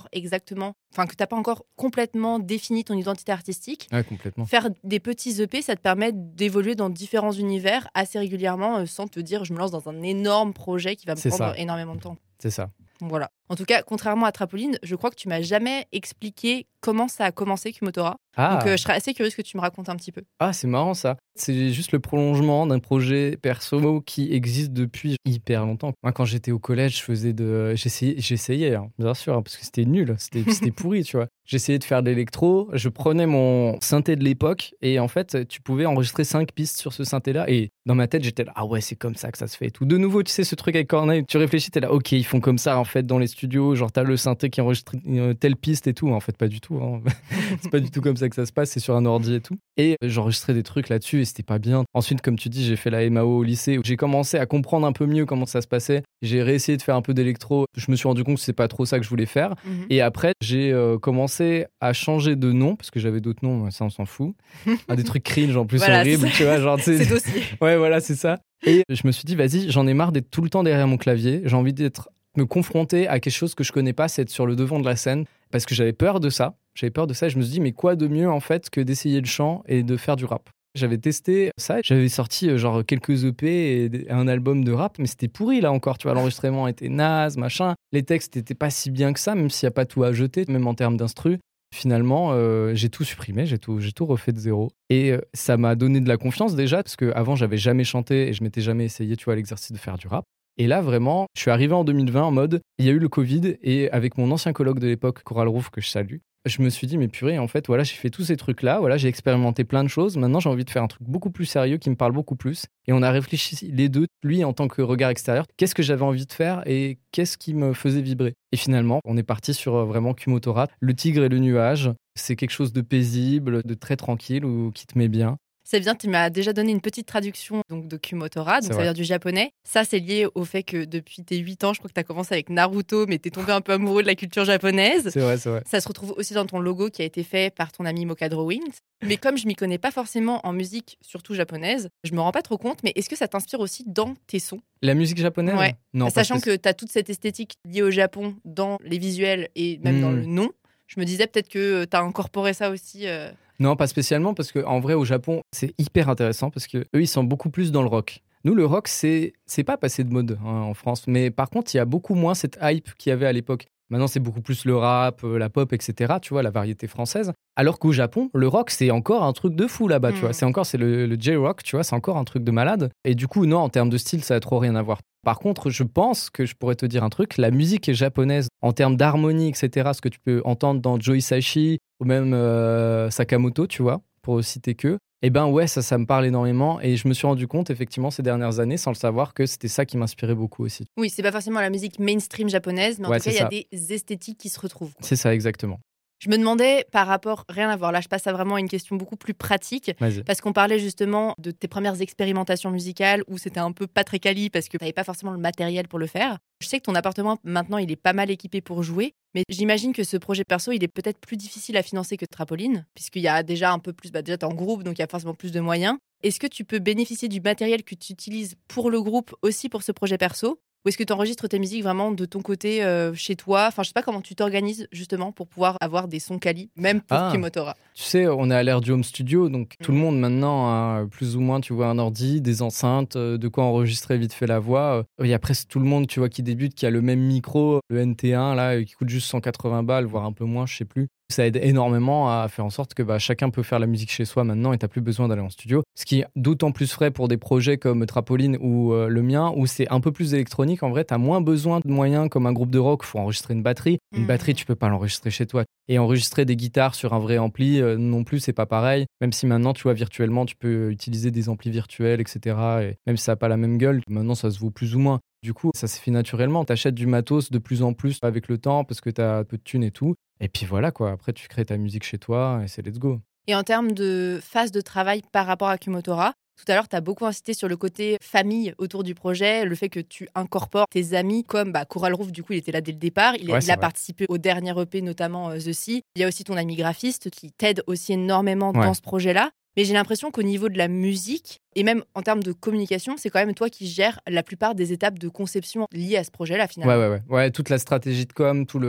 encore exactement, enfin que t'as pas encore complètement défini ton identité artistique, Ouais, complètement. faire des petits E P, ça te permet d'évoluer dans différents univers assez régulièrement euh, sans te dire je me lance dans un énorme projet qui va me C'est prendre ça. énormément de temps. C'est ça. Donc voilà. En tout cas, contrairement à Trapoline, je crois que tu m'as jamais expliqué comment ça a commencé Kumotora. Ah, Donc euh, je serais assez curieuse que tu me racontes un petit peu. ah c'est marrant ça. C'est juste le prolongement d'un projet perso qui existe depuis hyper longtemps. Moi, quand j'étais au collège, je faisais de, j'essayais, j'essayais, hein, bien sûr, hein, parce que c'était nul, c'était, c'était pourri, tu vois. J'essayais de faire de l'électro. Je prenais mon synthé de l'époque et en fait, tu pouvais enregistrer cinq pistes sur ce synthé-là. Et dans ma tête, j'étais là, ah ouais, c'est comme ça que ça se fait et tout. De nouveau, tu sais, ce truc avec Corneille, tu réfléchis, t'es là, ok, ils font comme ça en fait dans les studios. Genre, t'as le synthé qui enregistre euh, telle piste et tout. En fait, pas du tout. Hein. C'est pas du tout comme ça que ça se passe. C'est sur un ordi et tout. Et j'enregistrais des trucs là-dessus et c'était pas bien. Ensuite, comme tu dis, j'ai fait la M A O au lycée où j'ai commencé à comprendre un peu mieux comment ça se passait. J'ai réessayé de faire un peu d'électro. Je me suis rendu compte que c'est pas trop ça que je voulais faire. Mhm. Et après, j'ai euh, commencé à changer de nom parce que j'avais d'autres noms, ça on s'en fout. Ah, des trucs cringe en plus Voilà, horribles, c'est tu vois, genre tu sais- C'est dossier. Ouais, voilà, c'est ça. Et je me suis dit, vas-y, j'en ai marre d'être tout le temps derrière mon clavier. J'ai envie d'être me confronter à quelque chose que je connais pas, c'est être sur le devant de la scène parce que j'avais peur de ça. J'avais peur de ça et je me suis dit, mais quoi de mieux en fait que d'essayer le chant et de faire du rap. J'avais testé ça, j'avais sorti euh, genre quelques E P et des- un album de rap, mais c'était pourri là encore, tu vois, l'enregistrement était naze, machin, les textes étaient pas si bien que ça, même s'il y a pas tout à jeter, même en termes d'instru. Finalement, euh, j'ai tout supprimé, j'ai tout, j'ai tout refait de zéro. Et euh, ça m'a donné de la confiance déjà, parce qu'avant, j'avais jamais chanté et je m'étais jamais essayé, tu vois, à l'exercice de faire du rap. Et là, vraiment, je suis arrivé en deux mille vingt en mode, il y a eu le Covid, et avec mon ancien coloc de l'époque, Coral Rouf, que je salue, je me suis dit, mais purée, en fait, voilà, j'ai fait tous ces trucs-là, voilà, j'ai expérimenté plein de choses. Maintenant, j'ai envie de faire un truc beaucoup plus sérieux qui me parle beaucoup plus. Et on a réfléchi les deux, lui en tant que regard extérieur, qu'est-ce que j'avais envie de faire et qu'est-ce qui me faisait vibrer. Et finalement, on est parti sur euh, vraiment Kumotora. Le tigre et le nuage, c'est quelque chose de paisible, de très tranquille ou qui te met bien. C'est bien, tu m'as déjà donné une petite traduction donc, de Kumotora, donc C'est ça vrai. veut dire du japonais. Ça, c'est lié au fait que depuis tes huit ans, je crois que tu as commencé avec Naruto, mais tu es tombé un peu amoureux de la culture japonaise. C'est vrai, c'est vrai. Ça se retrouve aussi dans ton logo qui a été fait par ton ami Mocha Drawings. Mais comme je m'y connais pas forcément en musique, surtout japonaise, je me rends pas trop compte, mais est-ce que ça t'inspire aussi dans tes sons? La musique japonaise Ouais. Non, pas Sachant spéci- que tu as toute cette esthétique liée au Japon dans les visuels et même dans Hmm. le nom, je me disais peut-être que tu as incorporé ça aussi. euh, Non, pas spécialement, parce qu'en vrai, au Japon, c'est hyper intéressant, parce qu'eux, ils sont beaucoup plus dans le rock. Nous, le rock, c'est c'est pas passé de mode hein, en France, mais par contre, il y a beaucoup moins cette hype qu'il y avait à l'époque. Maintenant, c'est beaucoup plus le rap, euh, la pop, et cetera, tu vois, la variété française. Alors qu'au Japon, le rock, c'est encore un truc de fou là-bas, tu Mm. vois. C'est encore, c'est le, le J-rock, tu vois, c'est encore un truc de malade. Et du coup, non, en termes de style, ça a trop rien à voir. Par contre, je pense que je pourrais te dire un truc, la musique japonaise, en termes d'harmonie, et cetera, ce que tu peux entendre dans Joe Hisaishi ou même euh, Sakamoto, tu vois, pour citer que, eh ben ouais, ça, ça me parle énormément. Et je me suis rendu compte, effectivement, ces dernières années, sans le savoir, que c'était ça qui m'inspirait beaucoup aussi. Oui, c'est pas forcément la musique mainstream japonaise, mais en Ouais, tout cas, c'est il y a ça. des esthétiques qui se retrouvent, quoi. C'est ça, exactement. Je me demandais par rapport, rien à voir, là je passe à vraiment une question beaucoup plus pratique, Vas-y. parce qu'on parlait justement de tes premières expérimentations musicales où c'était un peu pas très quali parce que tu n'avais pas forcément le matériel pour le faire. Je sais que ton appartement maintenant il est pas mal équipé pour jouer, mais j'imagine que ce projet perso il est peut-être plus difficile à financer que Trapoline, puisqu'il y a déjà un peu plus, bah déjà t'es en groupe donc il y a forcément plus de moyens. Est-ce que tu peux bénéficier du matériel que tu utilises pour le groupe aussi pour ce projet perso? Ou est-ce que tu enregistres tes musiques vraiment de ton côté, euh, chez toi? Enfin, je sais pas comment tu t'organises justement pour pouvoir avoir des sons quali, même pour Ah. Kumotora. Tu sais, on est à l'ère du home studio, donc tout le monde maintenant a plus ou moins, tu vois, un ordi, des enceintes, euh, de quoi enregistrer vite fait la voix. Euh, Il y a presque tout le monde, tu vois, qui débute, qui a le même micro, le N T un, là, euh, qui coûte juste cent quatre-vingts balles, voire un peu moins, je sais plus. Ça aide énormément à faire en sorte que bah, chacun peut faire la musique chez soi maintenant et t'as plus besoin d'aller en studio. Ce qui est d'autant plus vrai pour des projets comme Trapoline ou euh, le mien, où c'est un peu plus électronique. En vrai, t'as moins besoin de moyens comme un groupe de rock. Faut enregistrer une batterie. Une Mhm. batterie, tu peux pas l'enregistrer chez toi. Et enregistrer des guitares sur un vrai ampli, euh, non plus, c'est pas pareil. Même si maintenant, tu vois, virtuellement, tu peux utiliser des amplis virtuels, et cetera. Et même si ça n'a pas la même gueule, maintenant, ça se vaut plus ou moins. Du coup, ça s'est fait naturellement. T'achètes du matos de plus en plus avec le temps parce que t'as peu de thunes et tout. Et puis voilà, quoi. Après, tu crées ta musique chez toi et c'est let's go. Et en termes de phase de travail par rapport à Kumotora, tout à l'heure, tu as beaucoup insisté sur le côté famille autour du projet, le fait que tu incorpores tes amis, comme bah, Coral Rouf, du coup, il était là dès le départ. Il, Ouais, il c'est a vrai. participé au dernier E P, notamment euh, The Sea. Il y a aussi ton ami graphiste qui t'aide aussi énormément Ouais. dans ce projet-là. Mais j'ai l'impression qu'au niveau de la musique, et même en termes de communication, c'est quand même toi qui gères la plupart des étapes de conception liées à ce projet-là, finalement. Ouais, ouais, ouais. Ouais, toute la stratégie de com, tout le,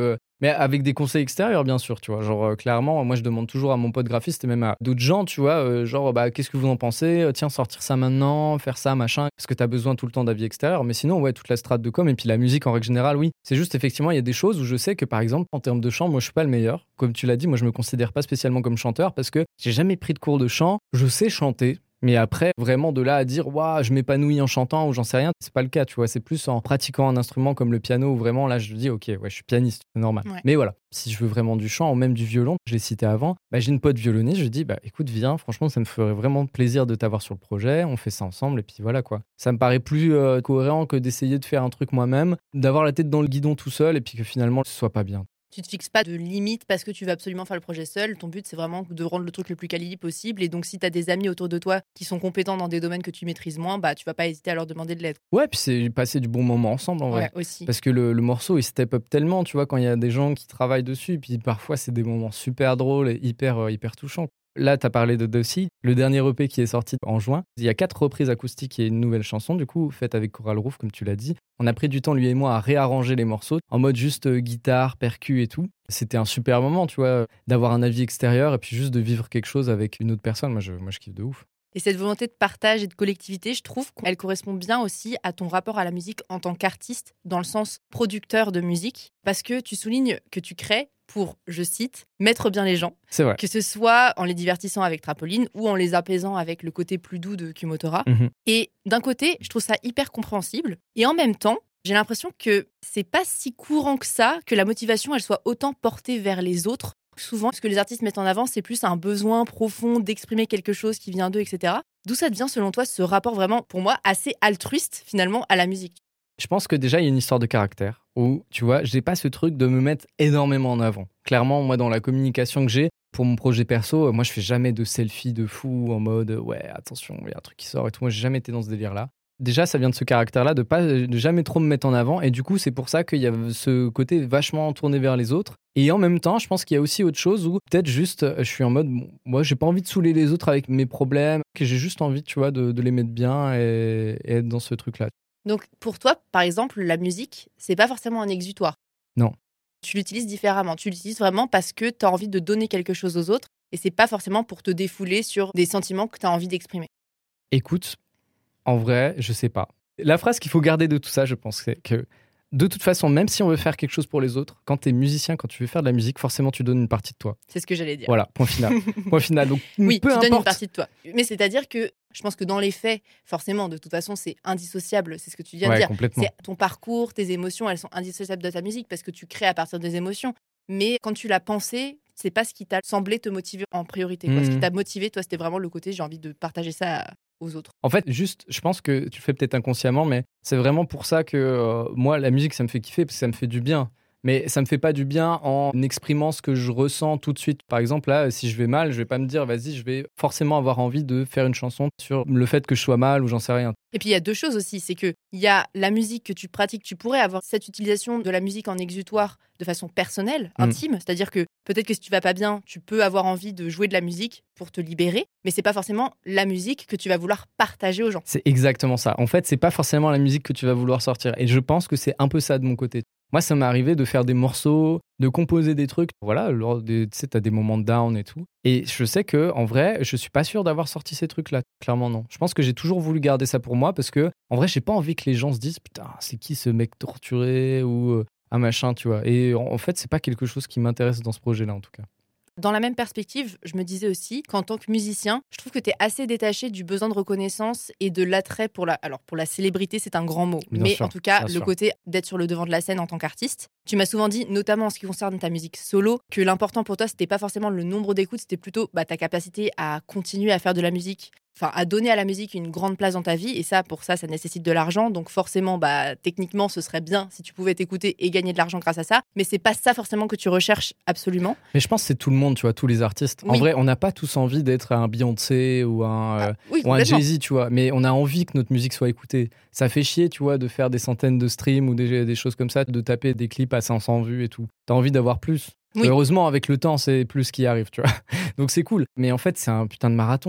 Mais avec des conseils extérieurs, bien sûr, tu vois. Genre, euh, clairement, moi, je demande toujours à mon pote graphiste et même à d'autres gens, tu vois, euh, genre, bah, qu'est-ce que vous en pensez? Euh, Tiens, sortir ça maintenant, faire ça, machin. Est-ce que t'as besoin tout le temps d'avis extérieur? Mais sinon, ouais, toute la strate de com et puis la musique en règle générale, oui. C'est juste, effectivement, il y a des choses où je sais que, par exemple, en termes de chant, moi, je suis pas le meilleur. Comme tu l'as dit, moi, je me considère pas spécialement comme chanteur parce que j'ai jamais pris de cours de chant. Je sais chanter. Mais après, vraiment de là à dire, waouh, je m'épanouis en chantant ou j'en sais rien, c'est pas le cas, tu vois. C'est plus en pratiquant un instrument comme le piano où vraiment là, je dis, ok, ouais, je suis pianiste, c'est normal. Ouais. Mais voilà, si je veux vraiment du chant ou même du violon, je l'ai cité avant, bah, j'ai une pote violoniste, je dis, bah écoute, viens, franchement, ça me ferait vraiment plaisir de t'avoir sur le projet, on fait ça ensemble et puis voilà quoi. Ça me paraît plus euh, cohérent que d'essayer de faire un truc moi-même, d'avoir la tête dans le guidon tout seul et puis que finalement, ce soit pas bien. Tu te fixes pas de limite parce que tu veux absolument faire le projet seul. Ton but, c'est vraiment de rendre le truc le plus quali possible. Et donc, si tu as des amis autour de toi qui sont compétents dans des domaines que tu maîtrises moins, bah, tu vas pas hésiter à leur demander de l'aide. Ouais, puis c'est passer du bon moment ensemble en vrai. Ouais, aussi. Parce que le, le morceau, il step up tellement, tu vois, quand il y a des gens qui travaillent dessus. Puis parfois, c'est des moments super drôles et hyper, euh, hyper touchants. Là, tu as parlé de Dossi, le dernier E P qui est sorti en juin. Il y a quatre reprises acoustiques et une nouvelle chanson, du coup, faite avec Coral Roof, comme tu l'as dit. On a pris du temps, lui et moi, à réarranger les morceaux en mode juste euh, guitare, percu et tout. C'était un super moment, tu vois, d'avoir un avis extérieur et puis juste de vivre quelque chose avec une autre personne. Moi, je, moi, je kiffe de ouf. Et cette volonté de partage et de collectivité, je trouve qu'elle correspond bien aussi à ton rapport à la musique en tant qu'artiste, dans le sens producteur de musique, parce que tu soulignes que tu crées pour, je cite, mettre bien les gens. C'est vrai. Que ce soit en les divertissant avec Trampoline ou en les apaisant avec le côté plus doux de Kumotora. Mm-hmm. Et d'un côté, je trouve ça hyper compréhensible. Et en même temps, j'ai l'impression que c'est pas si courant que ça, que la motivation, elle soit autant portée vers les autres. Souvent, ce que les artistes mettent en avant, c'est plus un besoin profond d'exprimer quelque chose qui vient d'eux, et cetera. D'où ça devient, selon toi, ce rapport vraiment, pour moi, assez altruiste, finalement, à la musique? Je pense que déjà, il y a une histoire de caractère où, tu vois, j'ai pas ce truc de me mettre énormément en avant. Clairement, moi, dans la communication que j'ai, pour mon projet perso, moi, je fais jamais de selfie de fou en mode, ouais, attention, il y a un truc qui sort et tout. Moi, j'ai jamais été dans ce délire-là. Déjà, ça vient de ce caractère-là, de pas de jamais trop me mettre en avant. Et du coup, c'est pour ça qu'il y a ce côté vachement tourné vers les autres. Et en même temps, je pense qu'il y a aussi autre chose où peut-être juste, je suis en mode, bon, moi, j'ai pas envie de saouler les autres avec mes problèmes, que j'ai juste envie, tu vois, de, de les mettre bien et, et être dans ce truc-là. Donc, pour toi, par exemple, la musique, c'est pas forcément un exutoire. Non. Tu l'utilises différemment. Tu l'utilises vraiment parce que tu as envie de donner quelque chose aux autres et c'est pas forcément pour te défouler sur des sentiments que tu as envie d'exprimer. Écoute, en vrai, je sais pas. La phrase qu'il faut garder de tout ça, je pense, c'est que de toute façon, même si on veut faire quelque chose pour les autres, quand tu es musicien, quand tu veux faire de la musique, forcément, tu donnes une partie de toi. C'est ce que j'allais dire. Voilà, point final. Point final. Donc, oui, peu tu importe. donnes une partie de toi. Mais c'est-à-dire que je pense que dans les faits, forcément, de toute façon, c'est indissociable. C'est ce que tu viens ouais, de dire. Complètement. C'est ton parcours, tes émotions, elles sont indissociables de ta musique parce que tu crées à partir des émotions. Mais quand tu l'as pensé, c'est pas ce qui t'a semblé te motiver en priorité. Quoi. Mmh. Ce qui t'a motivé, toi, c'était vraiment le côté j'ai envie de partager ça aux autres. En fait, juste, je pense que tu le fais peut-être inconsciemment, mais c'est vraiment pour ça que euh, moi, la musique, ça me fait kiffer parce que ça me fait du bien. Mais ça me fait pas du bien en exprimant ce que je ressens tout de suite. Par exemple, là, si je vais mal, je vais pas me dire, vas-y, je vais forcément avoir envie de faire une chanson sur le fait que je sois mal ou j'en sais rien. Et puis, il y a deux choses aussi. C'est qu'il y a la musique que tu pratiques. Tu pourrais avoir cette utilisation de la musique en exutoire de façon personnelle, intime. Mmh. C'est-à-dire que peut-être que si tu vas pas bien, tu peux avoir envie de jouer de la musique pour te libérer. Mais c'est pas forcément la musique que tu vas vouloir partager aux gens. C'est exactement ça. En fait, c'est pas forcément la musique que tu vas vouloir sortir. Et je pense que c'est un peu ça de mon côté. Moi, ça m'est arrivé de faire des morceaux, de composer des trucs. Voilà, tu sais, t'as des moments de down et tout. Et je sais que, en vrai, je suis pas sûr d'avoir sorti ces trucs-là. Clairement, non. Je pense que j'ai toujours voulu garder ça pour moi parce que, en vrai, j'ai pas envie que les gens se disent, putain, c'est qui ce mec torturé ou euh, un machin, tu vois. Et en fait, c'est pas quelque chose qui m'intéresse dans ce projet-là, en tout cas. Dans la même perspective, je me disais aussi qu'en tant que musicien, je trouve que tu es assez détaché du besoin de reconnaissance et de l'attrait pour la... Alors, pour la célébrité, c'est un grand mot. Bien mais sûr, en tout cas, le sûr. Côté d'être sur le devant de la scène en tant qu'artiste. Tu m'as souvent dit, notamment en ce qui concerne ta musique solo, que l'important pour toi, c'était pas forcément le nombre d'écoutes, c'était plutôt bah, ta capacité à continuer à faire de la musique, enfin à donner à la musique une grande place dans ta vie. Et ça, pour ça, ça nécessite de l'argent. Donc forcément, bah, techniquement, ce serait bien si tu pouvais t'écouter et gagner de l'argent grâce à ça. Mais c'est pas ça forcément que tu recherches absolument. Mais je pense que c'est tout le monde, tu vois, tous les artistes. Oui. En vrai, on n'a pas tous envie d'être un Beyoncé ou un, ah, euh, oui, ou un Jay-Z, tu vois. Mais on a envie que notre musique soit écoutée. Ça fait chier, tu vois, de faire des centaines de streams ou des, des choses comme ça, de taper des clips à cinq cents vues et tout. T'as envie d'avoir plus. Oui. Heureusement, avec le temps, c'est plus qui arrive, tu vois. Donc c'est cool. Mais en fait, c'est un putain de marathon.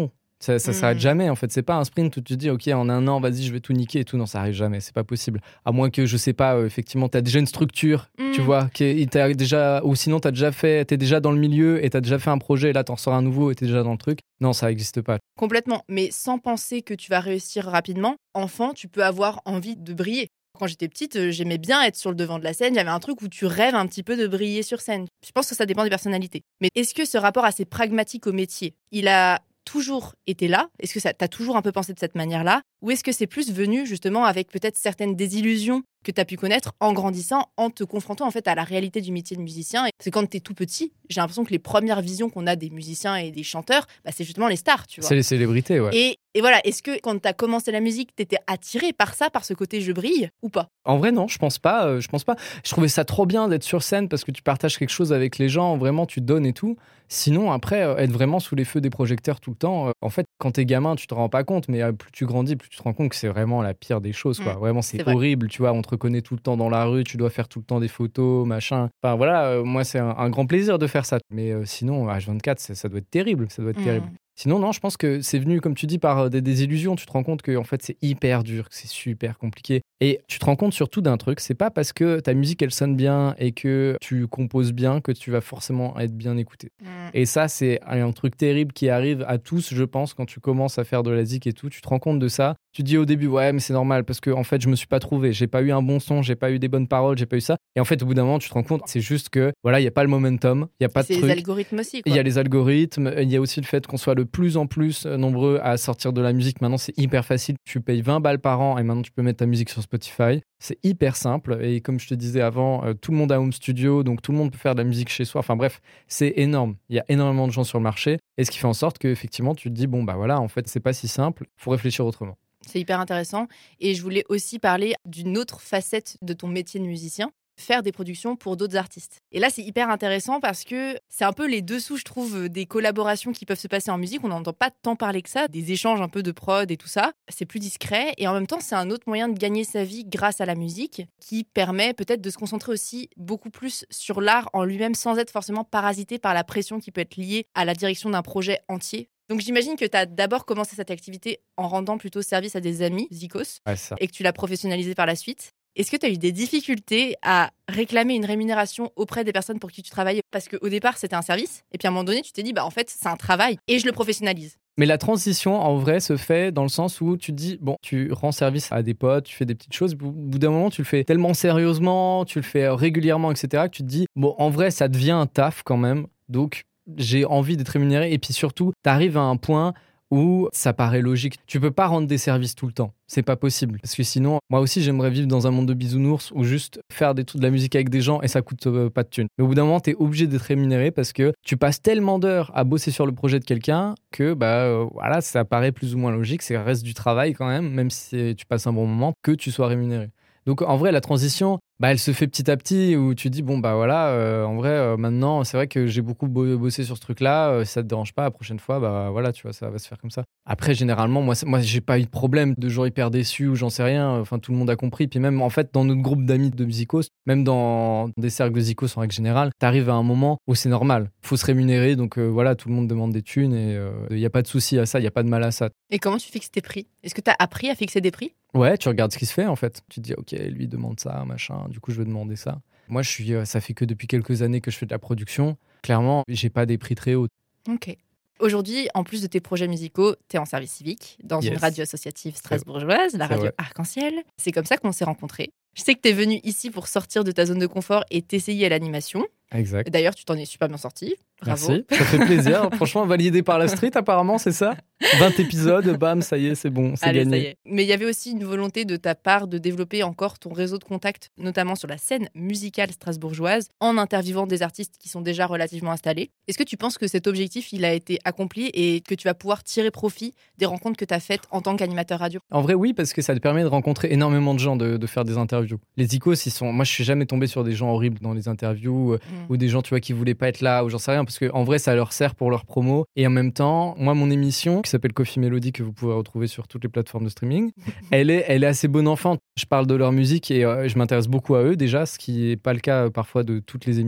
Ça, ça Mmh. s'arrête jamais, en fait. C'est pas un sprint où tu te dis, OK, en un an, vas-y, je vais tout niquer et tout. Non, ça arrive jamais. C'est pas possible. À moins que, je sais pas, euh, effectivement, t'as déjà une structure, Mmh. tu vois, qui est- t'as déjà, ou sinon, t'as déjà fait, t'es déjà dans le milieu et t'as déjà fait un projet et là, t'en sors un nouveau et t'es déjà dans le truc. Non, ça existe pas. Complètement, mais sans penser que tu vas réussir rapidement, enfant, tu peux avoir envie de briller. Quand j'étais petite, euh, j'aimais bien être sur le devant de la scène. Il y avait un truc où tu rêves un petit peu de briller sur scène. Je pense que ça dépend des personnalités. Mais est-ce que ce rapport assez pragmatique au métier, il a toujours été là? Est-ce que ça t'as toujours un peu pensé de cette manière-là? Ou est-ce que c'est plus venu justement avec peut-être certaines désillusions que tu as pu connaître en grandissant, en te confrontant en fait à la réalité du métier de musicien? Parce que quand tu es tout petit, j'ai l'impression que les premières visions qu'on a des musiciens et des chanteurs, bah, c'est justement les stars, tu vois. C'est les célébrités, ouais. Et, et voilà, est-ce que quand tu as commencé la musique, tu étais attiré par ça, par ce côté je brille ou pas? En vrai, non, je pense pas. euh, je pense pas. Je trouvais ça trop bien d'être sur scène parce que tu partages quelque chose avec les gens, vraiment, tu donnes et tout. Sinon, après, euh, être vraiment sous les feux des projecteurs tout le temps, euh, en fait, quand t'es gamin, tu te rends pas compte, mais euh, plus tu grandis, plus tu te rends compte que c'est vraiment la pire des choses, quoi. Mmh, Vraiment, c'est c'est vrai. horrible, tu vois. On te reconnaît tout le temps dans la rue, tu dois faire tout le temps des photos, machin. Enfin, voilà, euh, moi, c'est un, un grand plaisir de faire ça. Mais euh, sinon, H vingt-quatre, ça, ça doit être terrible. Ça doit être Mmh. terrible. Sinon, non, je pense que c'est venu, comme tu dis, par euh, des désillusions. Tu te rends compte que en fait, c'est hyper dur, que c'est super compliqué. Et tu te rends compte surtout d'un truc, c'est pas parce que ta musique, elle sonne bien et que tu composes bien que tu vas forcément être bien écouté. Mmh. Et ça, c'est un truc terrible qui arrive à tous, je pense, quand tu commences à faire de la zik et tout. Tu te rends compte de ça. Tu dis au début, ouais, mais c'est normal parce que en fait, je me suis pas trouvé. J'ai pas eu un bon son, j'ai pas eu des bonnes paroles, j'ai pas eu ça. Et en fait, au bout d'un moment, tu te rends compte, c'est juste que voilà, il y a pas le momentum, il y a pas de C'est les truc. algorithmes aussi, Il quoi. y a les algorithmes, il y a aussi le fait qu'on soit de plus en plus nombreux à sortir de la musique. Maintenant, c'est hyper facile. Tu payes vingt balles par an et maintenant, tu peux mettre ta musique sur Spotify. C'est hyper simple. Et comme je te disais avant, euh, tout le monde a home studio, donc tout le monde peut faire de la musique chez soi. Enfin bref, c'est énorme. Il y a énormément de gens sur le marché. Et ce qui fait en sorte qu'effectivement, tu te dis, bon, bah voilà, en fait, c'est pas si simple. Faut réfléchir autrement. C'est hyper intéressant. Et je voulais aussi parler d'une autre facette de ton métier de musicien, faire des productions pour d'autres artistes. Et là, c'est hyper intéressant parce que c'est un peu les dessous, je trouve, des collaborations qui peuvent se passer en musique. On n'entend pas tant parler que ça, des échanges un peu de prod et tout ça. C'est plus discret et en même temps, c'est un autre moyen de gagner sa vie grâce à la musique qui permet peut-être de se concentrer aussi beaucoup plus sur l'art en lui-même sans être forcément parasité par la pression qui peut être liée à la direction d'un projet entier. Donc j'imagine que tu as d'abord commencé cette activité en rendant plutôt service à des amis, Zikos, Ouais, ça. et que tu l'as professionnalisé par la suite. Est-ce que tu as eu des difficultés à réclamer une rémunération auprès des personnes pour qui tu travaillais? Parce qu'au départ, c'était un service, et puis à un moment donné, tu t'es dit, bah en fait, c'est un travail, et je le professionnalise. Mais la transition, en vrai, se fait dans le sens où tu te dis, bon, tu rends service à des potes, tu fais des petites choses. Au bout d'un moment, tu le fais tellement sérieusement, tu le fais régulièrement, et cetera, que tu te dis, bon, en vrai, ça devient un taf quand même. Donc, j'ai envie d'être rémunéré. Et puis surtout, tu arrives à un point où ça paraît logique. Tu peux pas rendre des services tout le temps. C'est pas possible. Parce que sinon, moi aussi, j'aimerais vivre dans un monde de bisounours ou juste faire des trucs de la musique avec des gens et ça coûte euh, pas de thunes. Mais au bout d'un moment, t'es obligé d'être rémunéré parce que tu passes tellement d'heures à bosser sur le projet de quelqu'un que, bah, euh, voilà, ça paraît plus ou moins logique. C'est le reste du travail quand même, même si tu passes un bon moment, que tu sois rémunéré. Donc en vrai, la transition, bah, elle se fait petit à petit où tu dis, bon, bah voilà, euh, en vrai, euh, maintenant, c'est vrai que j'ai beaucoup bo- bossé sur ce truc-là, euh, si ça te dérange pas, la prochaine fois, bah voilà, tu vois, ça va se faire comme ça. Après, généralement, moi, c'est- moi j'ai pas eu de problème de gens hyper déçus ou j'en sais rien, enfin, tout le monde a compris. Puis même, en fait, dans notre groupe d'amis de musicos, même dans des cercles de zikos en règle générale, t'arrives à un moment où c'est normal, faut se rémunérer, donc euh, voilà, tout le monde demande des thunes et il n'y a pas de souci à ça, il n'y a pas de mal à ça. Et comment tu fixes tes prix? Est-ce que tu as appris à fixer des prix? Ouais, tu regardes ce qui se fait en fait. Tu te dis, ok, lui demande ça, machin, du coup je vais demander ça. Moi, je suis, euh, ça fait que depuis quelques années que je fais de la production. Clairement, j'ai pas des prix très hauts. Ok. Aujourd'hui, en plus de tes projets musicaux, tu es en service civique dans Yes. une radio associative strasbourgeoise, la C'est radio vrai. Arc-en-Ciel. C'est comme ça qu'on s'est rencontrés. Je sais que tu es venu ici pour sortir de ta zone de confort et t'essayer à l'animation. Exact. D'ailleurs, tu t'en es super bien sorti. Bravo. Merci, ça fait plaisir. Franchement, validé par la street, apparemment, c'est ça vingt épisodes, bam, ça y est, c'est bon, c'est Allez, gagné. ça y est. Mais il y avait aussi une volonté de ta part de développer encore ton réseau de contacts, notamment sur la scène musicale strasbourgeoise, en interviewant des artistes qui sont déjà relativement installés. Est-ce que tu penses que cet objectif, il a été accompli et que tu vas pouvoir tirer profit des rencontres que tu as faites en tant qu'animateur radio? En vrai, oui, parce que ça te permet de rencontrer énormément de gens, de, de faire des interviews. Les icos, ils sont. Moi, je suis jamais tombé sur des gens horribles dans les interviews euh, Mm. ou des gens, tu vois, qui voulaient pas être là ou j'en sais rien, parce que en vrai, ça leur sert pour leur promo. Et en même temps, moi, mon émission qui s'appelle Coffee Melody, que vous pouvez retrouver sur toutes les plateformes de streaming, elle est, elle est assez bonne enfant. Je parle de leur musique et euh, je m'intéresse beaucoup à eux déjà, ce qui n'est pas le cas euh, parfois de toutes les émissions.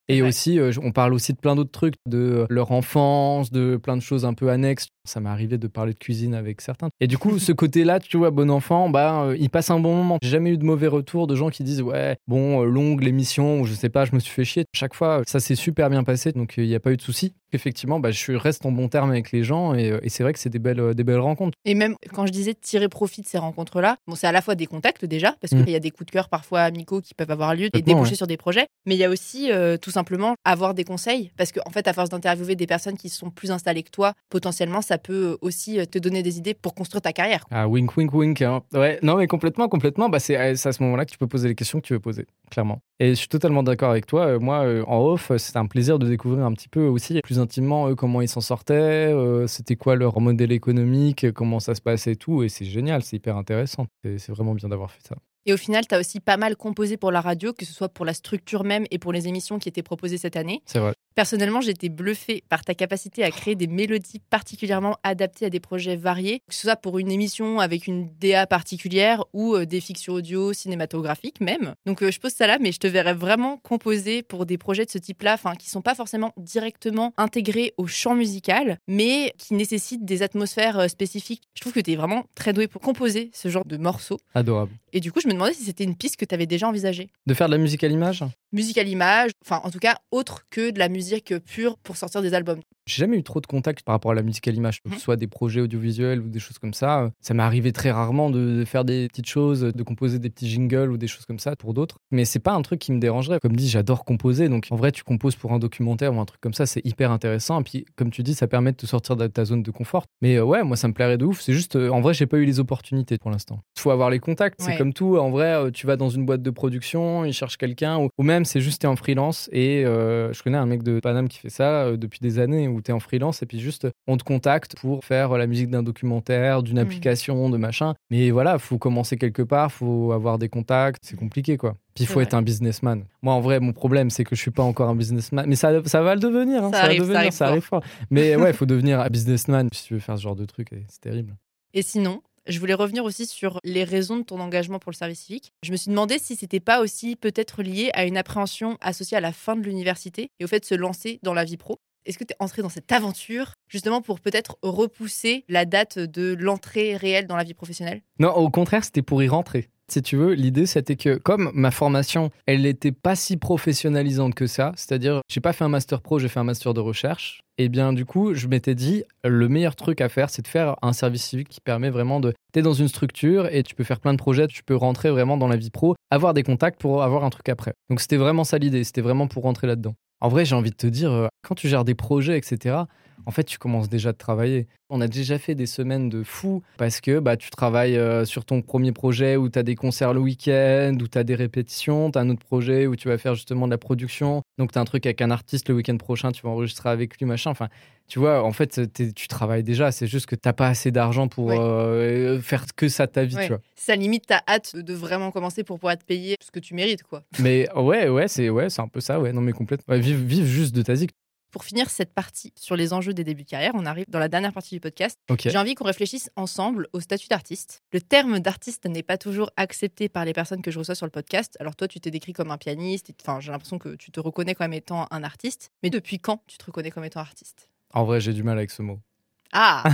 Et Ouais. aussi, euh, on parle aussi de plein d'autres trucs, de leur enfance, de plein de choses un peu annexes. Ça m'est arrivé de parler de cuisine avec certains. Et du coup, ce côté-là, tu vois, bon enfant, bah, euh, il passe un bon moment. J'ai jamais eu de mauvais retours de gens qui disent ouais, bon, euh, longue l'émission, ou je sais pas, je me suis fait chier. Chaque fois, ça s'est super bien passé, donc il n'y a pas eu de souci. Effectivement, bah, je reste en bon terme avec les gens et, et c'est vrai que c'est des belles, euh, des belles rencontres. Et même quand je disais de tirer profit de ces rencontres-là, bon, c'est à la fois des contacts déjà, parce qu'il Mm. y a des coups de cœur parfois amicaux qui peuvent avoir lieu et Complètement, déboucher ouais. sur des projets, mais il y a aussi euh, tout simplement avoir des conseils, parce qu'en fait, à force d'interviewer des personnes qui sont plus installées que toi, potentiellement, ça peut aussi te donner des idées pour construire ta carrière. Ah, wink, wink, wink. Hein. Ouais, non, mais complètement, complètement. Bah, c'est c'est à ce moment-là que tu peux poser les questions que tu veux poser, clairement. Et je suis totalement d'accord avec toi. Euh, moi, euh, en off, c'était un plaisir de découvrir un petit peu aussi, plus intimement, eux, comment ils s'en sortaient, euh, c'était quoi leur modèle économique, comment ça se passait et tout. Et c'est génial, c'est hyper intéressant. C'est c'est vraiment bien d'avoir fait ça. Et au final, tu as aussi pas mal composé pour la radio, que ce soit pour la structure même et pour les émissions qui étaient proposées cette année. C'est vrai. Personnellement, j'ai été bluffée par ta capacité à créer des mélodies particulièrement adaptées à des projets variés, que ce soit pour une émission avec une D A particulière ou euh, des fictions audio, cinématographiques même. Donc euh, je pose ça là, mais je te verrais vraiment composer pour des projets de ce type-là, enfin qui sont pas forcément directement intégrés au champ musical, mais qui nécessitent des atmosphères euh, spécifiques. Je trouve que tu es vraiment très doué pour composer ce genre de morceaux. Adorable. Et du coup, je me demandais si c'était une piste que tu avais déjà envisagée. De faire de la musique à l'image? Musique à l'image, enfin en tout cas autre que de la musique pure pour sortir des albums. J'ai jamais eu trop de contact par rapport à la musique à l'image, que ce soit des projets audiovisuels ou des choses comme ça. Ça m'est arrivé très rarement de, de faire des petites choses, de composer des petits jingles ou des choses comme ça pour d'autres. Mais c'est pas un truc qui me dérangerait. Comme dit, j'adore composer. Donc en vrai, tu composes pour un documentaire ou un truc comme ça, c'est hyper intéressant. Et puis, comme tu dis, ça permet de te sortir de ta zone de confort. Mais euh, ouais, moi, ça me plairait de ouf. C'est juste, euh, en vrai, j'ai pas eu les opportunités pour l'instant. Il faut avoir les contacts. Ouais. C'est comme tout. En vrai, euh, tu vas dans une boîte de production, ils cherchent quelqu'un. Ou, ou même, c'est juste, t'es en freelance. Et euh, je connais un mec de Paname qui fait ça euh, depuis des années, où t'es en freelance. Et puis juste, on te contacte pour faire la musique d'un documentaire, d'une application, de machin. Mais voilà, faut commencer quelque part, faut avoir des contacts, c'est compliqué quoi. Puis il faut C'est être vrai. un businessman. Moi en vrai, mon problème c'est que je suis pas encore un businessman, mais ça, ça va le devenir. Hein, Ça ça, arrive, va ça devenir, arrive ça arrive fort. Mais ouais, il faut devenir un businessman si tu veux faire ce genre de truc, et c'est terrible. Et sinon, je voulais revenir aussi sur les raisons de ton engagement pour le service civique. Je me suis demandé si c'était pas aussi peut-être lié à une appréhension associée à la fin de l'université et au fait de se lancer dans la vie pro. Est-ce que tu es entré dans cette aventure justement pour peut-être repousser la date de l'entrée réelle dans la vie professionnelle? Non, au contraire, c'était pour y rentrer. Si tu veux, l'idée c'était que comme ma formation, elle n'était pas si professionnalisante que ça, c'est-à-dire j'ai pas fait un master pro, j'ai fait un master de recherche, et bien du coup je m'étais dit le meilleur truc à faire c'est de faire un service civique qui permet vraiment de... T'es dans une structure et tu peux faire plein de projets, tu peux rentrer vraiment dans la vie pro, avoir des contacts pour avoir un truc après. Donc c'était vraiment ça l'idée, c'était vraiment pour rentrer là-dedans. En vrai, j'ai envie de te dire, quand tu gères des projets, et cetera, en fait, tu commences déjà à travailler. On a déjà fait des semaines de fou parce que bah, tu travailles euh, sur ton premier projet où tu as des concerts le week-end, où tu as des répétitions, tu as un autre projet où tu vas faire justement de la production. Donc, tu as un truc avec un artiste le week-end prochain, tu vas enregistrer avec lui, machin. Enfin, tu vois, en fait, tu travailles déjà. C'est juste que tu n'as pas assez d'argent pour Ouais. euh, faire que ça de ta vie, Ouais. tu vois. Ça limite ta hâte de vraiment commencer pour pouvoir te payer ce que tu mérites, quoi. Mais ouais, ouais, c'est ouais, c'est un peu ça, ouais. Non, mais complètement. Ouais, vive, vive juste de ta zik. Pour finir cette partie sur les enjeux des débuts de carrière, on arrive dans la dernière partie du podcast. Ok. J'ai envie qu'on réfléchisse ensemble au statut d'artiste. Le terme d'artiste n'est pas toujours accepté par les personnes que je reçois sur le podcast. Alors toi, tu t'es décrit comme un pianiste. et- Enfin, j'ai l'impression que tu te reconnais comme étant un artiste. Mais depuis quand tu te reconnais comme étant artiste? En vrai, j'ai du mal avec ce mot. Ah,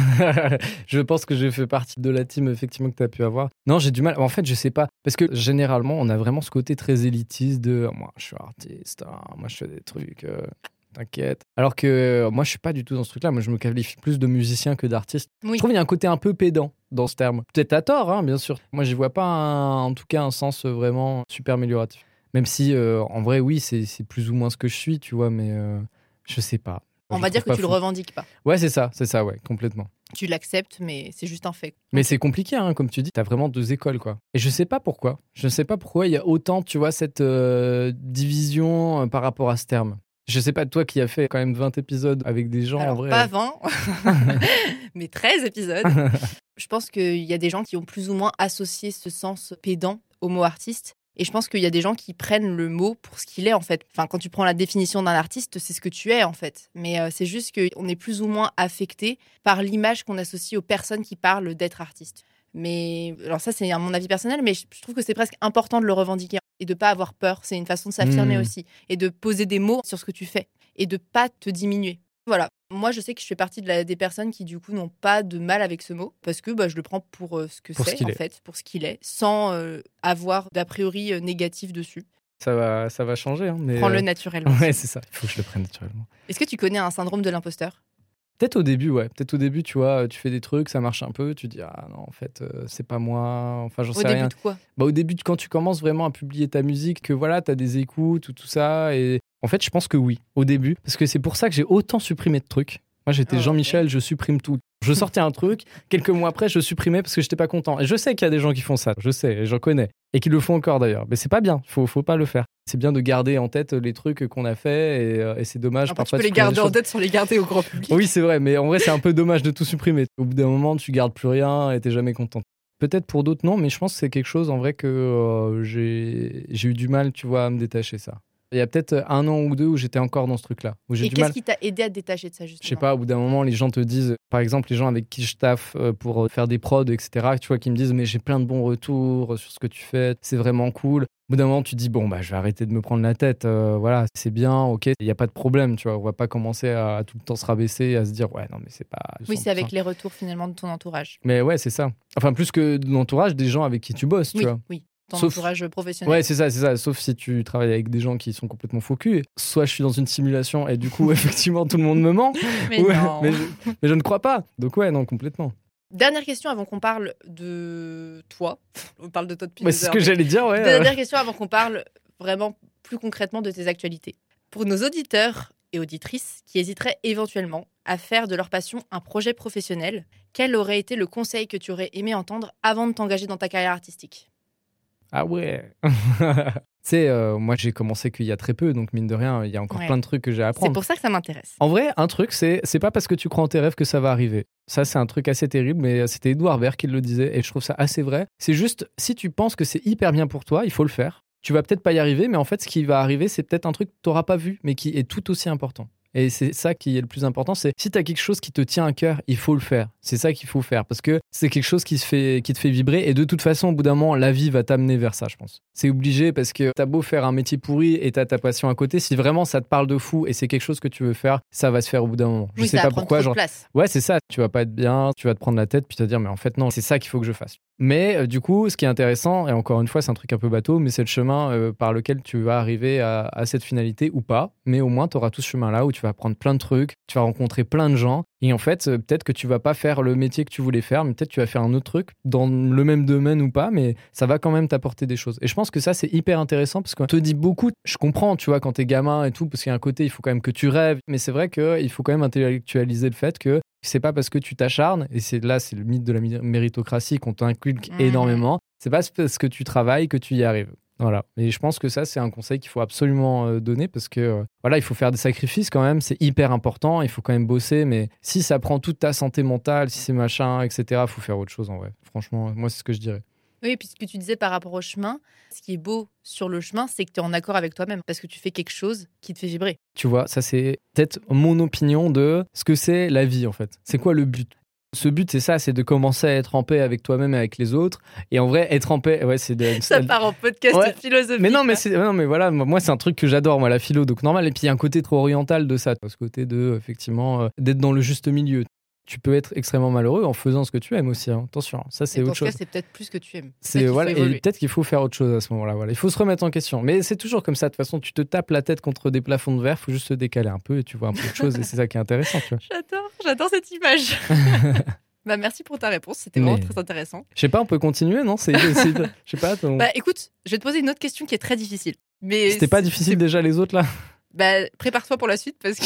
Je pense que j'ai fait partie de la team effectivement que tu as pu avoir. Non, j'ai du mal. En fait, je sais pas. Parce que généralement, on a vraiment ce côté très élitiste de moi, je suis artiste, hein, moi, je fais des trucs. euh, T'inquiète. Alors que euh, moi, je suis pas du tout dans ce truc-là. Moi, je me qualifie plus de musicien que d'artiste. oui. Je trouve qu'il y a un côté un peu pédant dans ce terme. Peut-être à tort, hein, bien sûr. Moi, j'y vois pas, un- en tout cas, un sens vraiment super amélioratif. Même si, euh, en vrai, oui, c'est c'est plus ou moins ce que je suis, tu vois, mais euh, je sais pas. On Je va trouve dire que pas tu le fou. revendiques pas. Ouais, c'est ça, c'est ça, ouais, complètement. Tu l'acceptes, mais c'est juste un fait. Mais Ok. c'est compliqué, hein, comme tu dis. T'as vraiment deux écoles, quoi. Et je sais pas pourquoi. Je sais pas pourquoi il y a autant, tu vois, cette euh, division euh, par rapport à ce terme. Je sais pas, toi qui as fait quand même vingt épisodes avec des gens, Alors, en vrai. pas vingt, mais treize épisodes. Je pense qu'il y a des gens qui ont plus ou moins associé ce sens pédant au mot artiste. Et je pense qu'il y a des gens qui prennent le mot pour ce qu'il est, en fait. Enfin, quand tu prends la définition d'un artiste, c'est ce que tu es, en fait. Mais euh, c'est juste qu'on est plus ou moins affecté par l'image qu'on associe aux personnes qui parlent d'être artistes. Mais alors ça, c'est à mon avis personnel, mais je je trouve que c'est presque important de le revendiquer. et de pas avoir peur. C'est une façon de s'affirmer Mmh. aussi et de poser des mots sur ce que tu fais et de pas te diminuer. Voilà. Moi, je sais que je fais partie de la, des personnes qui, du coup, n'ont pas de mal avec ce mot parce que bah, je le prends pour euh, ce que Pour ce c'est, qu'il en est. fait, pour ce qu'il est, sans euh, avoir d'a priori euh, négatif dessus. Ça va, ça va changer. Hein, mais Prends-le euh, naturellement. Ouais, c'est ça. Il faut que je le prenne naturellement. Est-ce que tu connais un syndrome de l'imposteur? Peut-être au début, ouais. Peut-être au début, tu vois, tu fais des trucs, ça marche un peu, tu dis ah non, en fait, euh, c'est pas moi. Enfin, j'en Au sais début rien. de quoi? Bah, au début, quand tu commences vraiment à publier ta musique, que voilà, t'as des écoutes ou tout ça, et en fait, je pense que oui, au début, parce que c'est pour ça que j'ai autant supprimé de trucs. Moi, j'étais Oh, Jean-Michel, ok. je supprime tout. Je sortais un truc, quelques mois après, je supprimais parce que j'étais pas content. Et je sais qu'il y a des gens qui font ça, je sais, et j'en connais, et qui le font encore d'ailleurs. Mais c'est pas bien, faut, faut pas le faire. C'est bien de garder en tête les trucs qu'on a fait, et, euh, et c'est dommage Après, tu parfois peux de les supprimer des garder en choses. tête sans les garder au grand public. Oui, c'est vrai, mais en vrai, c'est un peu dommage de tout supprimer. Au bout d'un moment, tu gardes plus rien et t'es jamais content. Peut-être pour d'autres, non, mais je pense que c'est quelque chose en vrai que euh, j'ai j'ai eu du mal, tu vois, à me détacher ça. Il y a peut-être un an ou deux où j'étais encore dans ce truc-là, où j'ai Et du qu'est-ce mal. qui t'a aidé à te détacher de ça, justement? Je sais pas, au bout d'un moment, les gens te disent, par exemple, les gens avec qui je taffe euh, pour faire des prods, et cetera, tu vois, qui me disent, mais j'ai plein de bons retours sur ce que tu fais, c'est vraiment cool. Au bout d'un moment, tu te dis, bon, bah, je vais arrêter de me prendre la tête, euh, voilà, c'est bien, ok, il n'y a pas de problème, tu vois, on va pas commencer à, à tout le temps se rabaisser, à se dire, ouais, non, mais c'est pas. Oui, c'est avec cent pour cent. les retours, finalement, de ton entourage. Mais ouais, c'est ça. Enfin, plus que de l'entourage, des gens avec qui tu bosses, Oui, tu vois. oui. Ton Sauf- entourage professionnel. Ouais, c'est ça, c'est ça. Sauf si tu travailles avec des gens qui sont complètement faux cul. Soit je suis dans une simulation et du coup, effectivement, tout le monde me ment. Mais Ouais, non. mais, je, mais je ne crois pas. Donc ouais, non, complètement. Dernière question avant qu'on parle de toi. On parle de toi depuis Ouais, deux c'est ce heures, que mais- j'allais dire, ouais. euh. Dernière question avant qu'on parle vraiment plus concrètement de tes actualités. Pour nos auditeurs et auditrices qui hésiteraient éventuellement à faire de leur passion un projet professionnel, quel aurait été le conseil que tu aurais aimé entendre avant de t'engager dans ta carrière artistique? Ah ouais. Tu sais, euh, moi j'ai commencé qu'il y a très peu, donc mine de rien, il y a encore Ouais. plein de trucs que j'ai à C'est apprendre. pour ça que ça m'intéresse. En vrai, un truc, c'est c'est pas parce que tu crois en tes rêves que ça va arriver. Ça, c'est un truc assez terrible, mais c'était Edouard Baird qui le disait, et je trouve ça assez vrai. C'est juste, si tu penses que c'est hyper bien pour toi, il faut le faire. Tu vas peut-être pas y arriver, mais en fait, ce qui va arriver, c'est peut-être un truc que tu n'auras pas vu, mais qui est tout aussi important. Et c'est ça qui est le plus important, c'est si tu as quelque chose qui te tient à cœur, il faut le faire. C'est ça qu'il faut faire, parce que c'est quelque chose qui, se fait, qui te fait vibrer, et de toute façon, au bout d'un moment, la vie va t'amener vers ça, je pense. C'est obligé, parce que t'as beau faire un métier pourri et t'as ta passion à côté, si vraiment ça te parle de fou et c'est quelque chose que tu veux faire, ça va se faire au bout d'un moment. Je Oui, sais ça pas va prendre pourquoi, trop de genre, place. ouais, c'est ça. Tu vas pas être bien, tu vas te prendre la tête, puis te dire, mais en fait, non, c'est ça qu'il faut que je fasse. Mais euh, du coup, ce qui est intéressant, et encore une fois, c'est un truc un peu bateau, mais c'est le chemin euh, par lequel tu vas arriver à, à cette finalité ou pas. Mais au moins, tu auras tout ce chemin-là où tu vas apprendre plein de trucs, tu vas rencontrer plein de gens. Et en fait, euh, peut-être que tu vas pas faire le métier que tu voulais faire, mais peut-être tu vas faire un autre truc dans le même domaine ou pas, mais ça va quand même t'apporter des choses. Et je pense que ça, c'est hyper intéressant parce qu'on te dit beaucoup, je comprends, tu vois, quand t'es gamin et tout, parce qu'il y a un côté, il faut quand même que tu rêves. Mais c'est vrai qu'il faut quand même intellectualiser le fait que c'est pas parce que tu t'acharnes, et c'est là, c'est le mythe de la mé- méritocratie qu'on t'inculque Mhm. énormément, c'est pas parce que tu travailles que tu y arrives. Voilà. Et je pense que ça, c'est un conseil qu'il faut absolument euh, donner parce que euh, voilà, il faut faire des sacrifices quand même, c'est hyper important, il faut quand même bosser, mais si ça prend toute ta santé mentale, si c'est machin, et cetera, il faut faire autre chose en vrai. Franchement, moi, c'est ce que je dirais. Oui, puis ce que tu disais par rapport au chemin, ce qui est beau sur le chemin, c'est que tu es en accord avec toi-même parce que tu fais quelque chose qui te fait vibrer. Tu vois, ça, c'est peut-être mon opinion de ce que c'est la vie en fait. C'est quoi le but ? Ce but, c'est ça, c'est de commencer à être en paix avec toi-même et avec les autres. Et en vrai, être en paix, ouais, c'est de... Ça part en podcast Ouais. philosophique. Mais non, mais là. c'est, non, mais voilà, moi, c'est un truc que j'adore, moi, la philo, donc normal. Et puis, il y a un côté trop oriental de ça, ce côté de, effectivement, euh, d'être dans le juste milieu. Tu peux être extrêmement malheureux en faisant ce que tu aimes aussi, hein. Attention, ça, c'est Et dans autre ce cas, chose. c'est peut-être plus ce que tu aimes. C'est, Peut-être qu'il voilà, faut et évoluer. peut-être qu'il faut faire autre chose à ce moment-là. Voilà. Il faut se remettre en question. Mais c'est toujours comme ça, de toute façon, tu te tapes la tête contre des plafonds de verre, il faut juste se décaler un peu et tu vois un peu de choses, et c'est ça qui est intéressant, tu vois. J'adore, j'adore cette image. Bah, merci pour ta réponse, c'était Mais- vraiment très intéressant. Je sais pas, on peut continuer, non? C'est, c'est- je sais pas, ton- Bah écoute, je vais te poser une autre question qui est très difficile. Mais c'était pas c'est- difficile déjà les autres là? Bah prépare-toi pour la suite parce que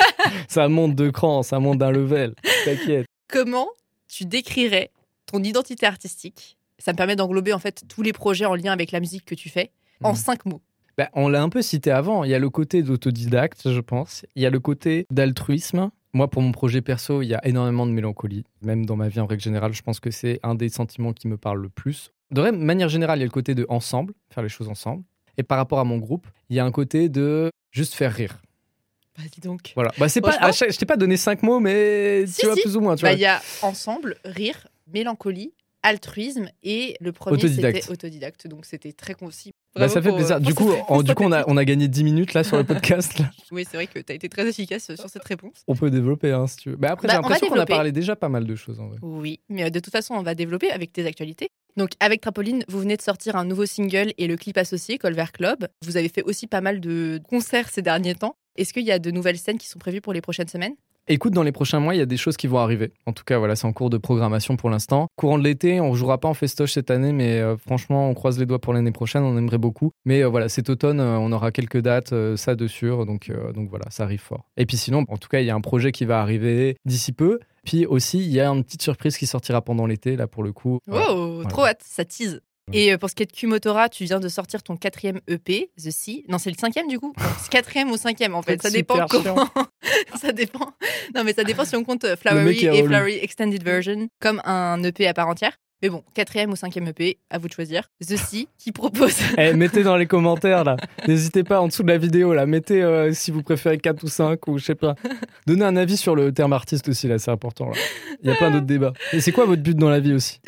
Ça monte de cran, ça monte d'un level. T'inquiète. comment tu décrirais ton identité artistique? Ça me permet d'englober en fait tous les projets en lien avec la musique que tu fais en Mhm. cinq mots. Bah, on l'a un peu cité avant. Il y a le côté d'autodidacte, je pense. Il y a le côté d'altruisme. Moi, pour mon projet perso, il y a énormément de mélancolie. Même dans ma vie en règle générale, je pense que c'est un des sentiments qui me parle le plus. De ré- manière générale, il y a le côté de ensemble, faire les choses ensemble. Et par rapport à mon groupe, il y a un côté de juste faire rire. Bah dis donc. Voilà. Bah, c'est pas, Franchement- à chaque- je t'ai pas donné cinq mots, mais Si, tu vois si. plus ou moins. Tu Bah vois. il y a ensemble, rire, mélancolie, altruisme et le premier autodidacte. c'était autodidacte. Donc c'était très concis. Bah, ça fait pour, plaisir. pour Du coup, en, du coup on, a, on a gagné dix minutes là sur le podcast. Là. Oui, c'est vrai que tu as été très efficace sur cette réponse. On peut développer hein, si tu veux. Mais après, bah, j'ai l'impression qu'on a parlé déjà pas mal de choses en vrai. Oui, mais de toute façon, on va développer avec tes actualités. Donc avec Trapoline, vous venez de sortir un nouveau single et le clip associé, Colver Club. Vous avez fait aussi pas mal de concerts ces derniers temps. Est-ce qu'il y a de nouvelles scènes qui sont prévues pour les prochaines semaines ? Écoute, dans les prochains mois, il y a des choses qui vont arriver. En tout cas, voilà, c'est en cours de programmation pour l'instant. Courant de l'été, on ne jouera pas en festoche cette année, mais euh, franchement, on croise les doigts pour l'année prochaine, on aimerait beaucoup. Mais euh, voilà, cet automne, euh, on aura quelques dates, euh, ça de sûr, donc, euh, donc voilà, ça arrive fort. Et puis sinon, en tout cas, il y a un projet qui va arriver d'ici peu. Puis aussi, il y a une petite surprise qui sortira pendant l'été, là, pour le coup. Wow, voilà. Trop hâte, ça tease. Et pour ce qui est de Kumotora, tu viens de sortir ton quatrième E P, The Sea. Non, c'est le cinquième du coup. C'est quatrième ou cinquième en fait. Ça dépend comment. ça dépend. Non, mais ça dépend si on compte Flowery et Flowery Extended Version comme un E P à part entière. Mais bon, quatrième ou cinquième E P, à vous de choisir. The Sea qui propose. Eh, mettez dans les commentaires là. N'hésitez pas en dessous de la vidéo là. Mettez euh, si vous préférez quatre ou cinq ou je sais pas. Donnez un avis sur le terme artiste aussi là, c'est important là. Il y a plein d'autres débats. Et c'est quoi votre but dans la vie aussi?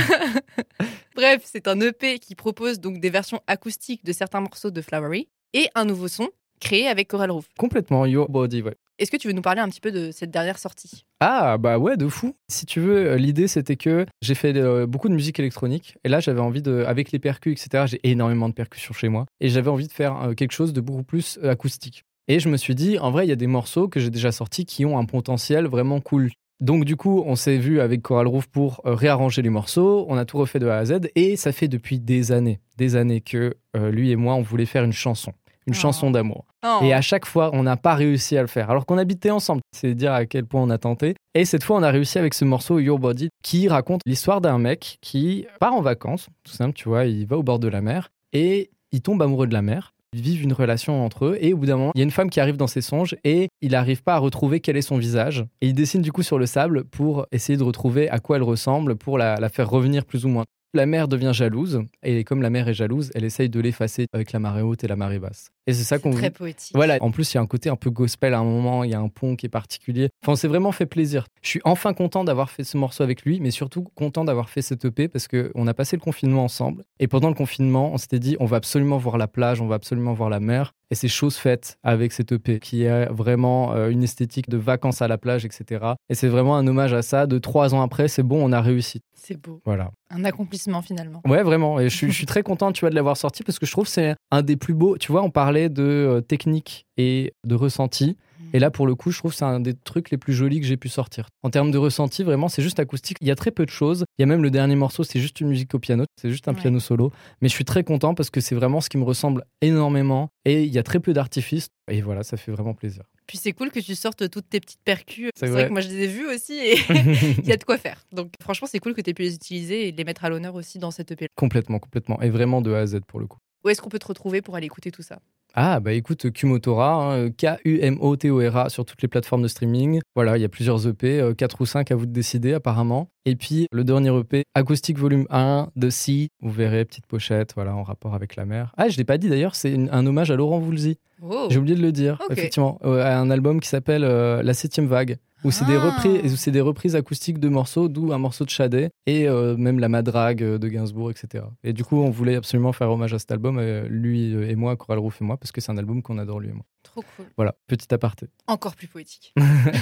Bref, c'est un E P qui propose donc des versions acoustiques de certains morceaux de Flowery et un nouveau son créé avec Coral Roof. Complètement, Your Body, ouais. Est-ce que tu veux nous parler un petit peu de cette dernière sortie ? Ah, bah ouais, de fou. Si tu veux, l'idée, c'était que j'ai fait euh, beaucoup de musique électronique. Et là, j'avais envie de, avec les percus, et cetera, j'ai énormément de percussions chez moi. Et j'avais envie de faire euh, quelque chose de beaucoup plus euh, acoustique. Et je me suis dit, en vrai, il y a des morceaux que j'ai déjà sortis qui ont un potentiel vraiment cool. Donc du coup, on s'est vu avec Coral Roof pour euh, réarranger les morceaux. On a tout refait de A à Z. Et ça fait depuis des années, des années que euh, lui et moi, on voulait faire une chanson. Une oh. chanson d'amour. Oh. Et à chaque fois, on n'a pas réussi à le faire. Alors qu'on habitait ensemble. C'est dire à quel point on a tenté. Et cette fois, on a réussi avec ce morceau Your Body qui raconte l'histoire d'un mec qui part en vacances. Tout simple, tu vois, il va au bord de la mer et il tombe amoureux de la mer. Ils vivent une relation entre eux et au bout d'un moment, il y a une femme qui arrive dans ses songes et il n'arrive pas à retrouver quel est son visage. Et il dessine du coup sur le sable pour essayer de retrouver à quoi elle ressemble, pour la, la faire revenir plus ou moins. La mer devient jalouse et comme la mer est jalouse, elle essaye de l'effacer avec la marée haute et la marée basse. Et c'est ça c'est qu'on très poétique. Voilà. En plus, il y a un côté un peu gospel à un moment. Il y a un pont qui est particulier. Enfin, on s'est vraiment fait plaisir. Je suis enfin content d'avoir fait ce morceau avec lui, mais surtout content d'avoir fait cette E P parce que on a passé le confinement ensemble. Et pendant le confinement, on s'était dit, on va absolument voir la plage, on va absolument voir la mer. Et c'est chose faite avec cette E P qui est vraiment euh, une esthétique de vacances à la plage, et cetera. Et c'est vraiment un hommage à ça. De trois ans après, c'est bon, on a réussi. C'est beau. Voilà. Un accomplissement finalement. Ouais, vraiment. Et je suis, je suis très content, tu vois, de l'avoir sorti parce que je trouve que c'est un des plus beaux. Tu vois, on parlait de euh, technique et de ressenti. Et là, pour le coup, je trouve que c'est un des trucs les plus jolis que j'ai pu sortir. En termes de ressenti, vraiment, c'est juste acoustique. Il y a très peu de choses. Il y a même le dernier morceau, c'est juste une musique au piano. C'est juste un ouais. piano solo. Mais je suis très content parce que c'est vraiment ce qui me ressemble énormément. Et il y a très peu d'artifices. Et voilà, ça fait vraiment plaisir. Puis c'est cool que tu sortes toutes tes petites percus. C'est, c'est vrai. vrai que moi, je les ai vues aussi et il y a de quoi faire. Donc franchement, c'est cool que tu aies pu les utiliser et les mettre à l'honneur aussi dans cette E P. Complètement, complètement. Et vraiment de A à Z pour le coup. Où est-ce qu'on peut te retrouver pour aller écouter tout ça ? Ah, bah écoute, Kumotora, hein, K U M O T O R A sur toutes les plateformes de streaming. Voilà, il y a plusieurs E P, quatre ou cinq à vous de décider apparemment. Et puis le dernier E P, Acoustic Volume un, The Sea. Vous verrez, petite pochette, voilà, en rapport avec la mer. Ah, je l'ai pas dit d'ailleurs, c'est une, un hommage à Laurent Voulzy. Oh. J'ai oublié de le dire, okay. effectivement. Euh, un album qui s'appelle euh, La Septième Vague. Où c'est, ah. des reprises, où c'est des reprises acoustiques de morceaux, d'où un morceau de Shadé et euh, même la Madrague de Gainsbourg, et cetera. Et du coup, on voulait absolument faire hommage à cet album, euh, lui et moi, Coral Roof et moi, parce que c'est un album qu'on adore, lui et moi. Trop cool. Voilà, petit aparté. Encore plus poétique.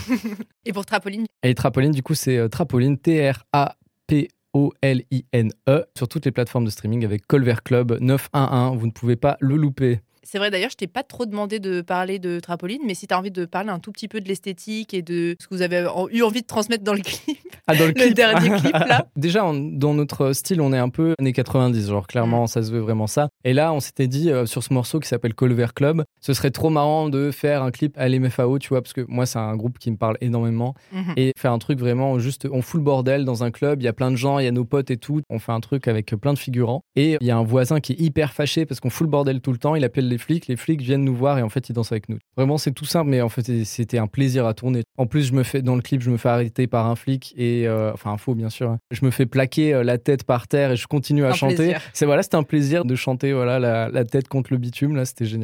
Et pour Trapoline ? Et Trapoline, du coup, c'est euh, Trapoline, T R A P O L I N E, sur toutes les plateformes de streaming avec Colver Club neuf un un. Vous ne pouvez pas le louper. C'est vrai, d'ailleurs, je t'ai pas trop demandé de parler de Trapoline, mais si tu as envie de parler un tout petit peu de l'esthétique et de ce que vous avez eu envie de transmettre dans le clip, ah, dans le, clip. le dernier clip, là. Déjà, on, dans notre style, on est un peu années quatre-vingt-dix, genre clairement, mmh. ça se veut vraiment ça. Et là, on s'était dit, euh, sur ce morceau qui s'appelle Colver Club, ce serait trop marrant de faire un clip à l'M F A O, tu vois, parce que moi, c'est un groupe qui me parle énormément. Mmh. Et faire un truc vraiment juste, on fout le bordel dans un club, il y a plein de gens, il y a nos potes et tout, on fait un truc avec plein de figurants. Et il y a un voisin qui est hyper fâché parce qu'on fout le bordel tout le temps, il appelle les flics, les flics viennent nous voir et en fait ils dansent avec nous. Vraiment c'est tout simple mais en fait c'était un plaisir à tourner. En plus je me fais dans le clip je me fais arrêter par un flic et euh, enfin un faux bien sûr. Hein. Je me fais plaquer euh, la tête par terre et je continue à un chanter. Plaisir. C'est voilà c'était un plaisir de chanter voilà la, la tête contre le bitume là c'était génial.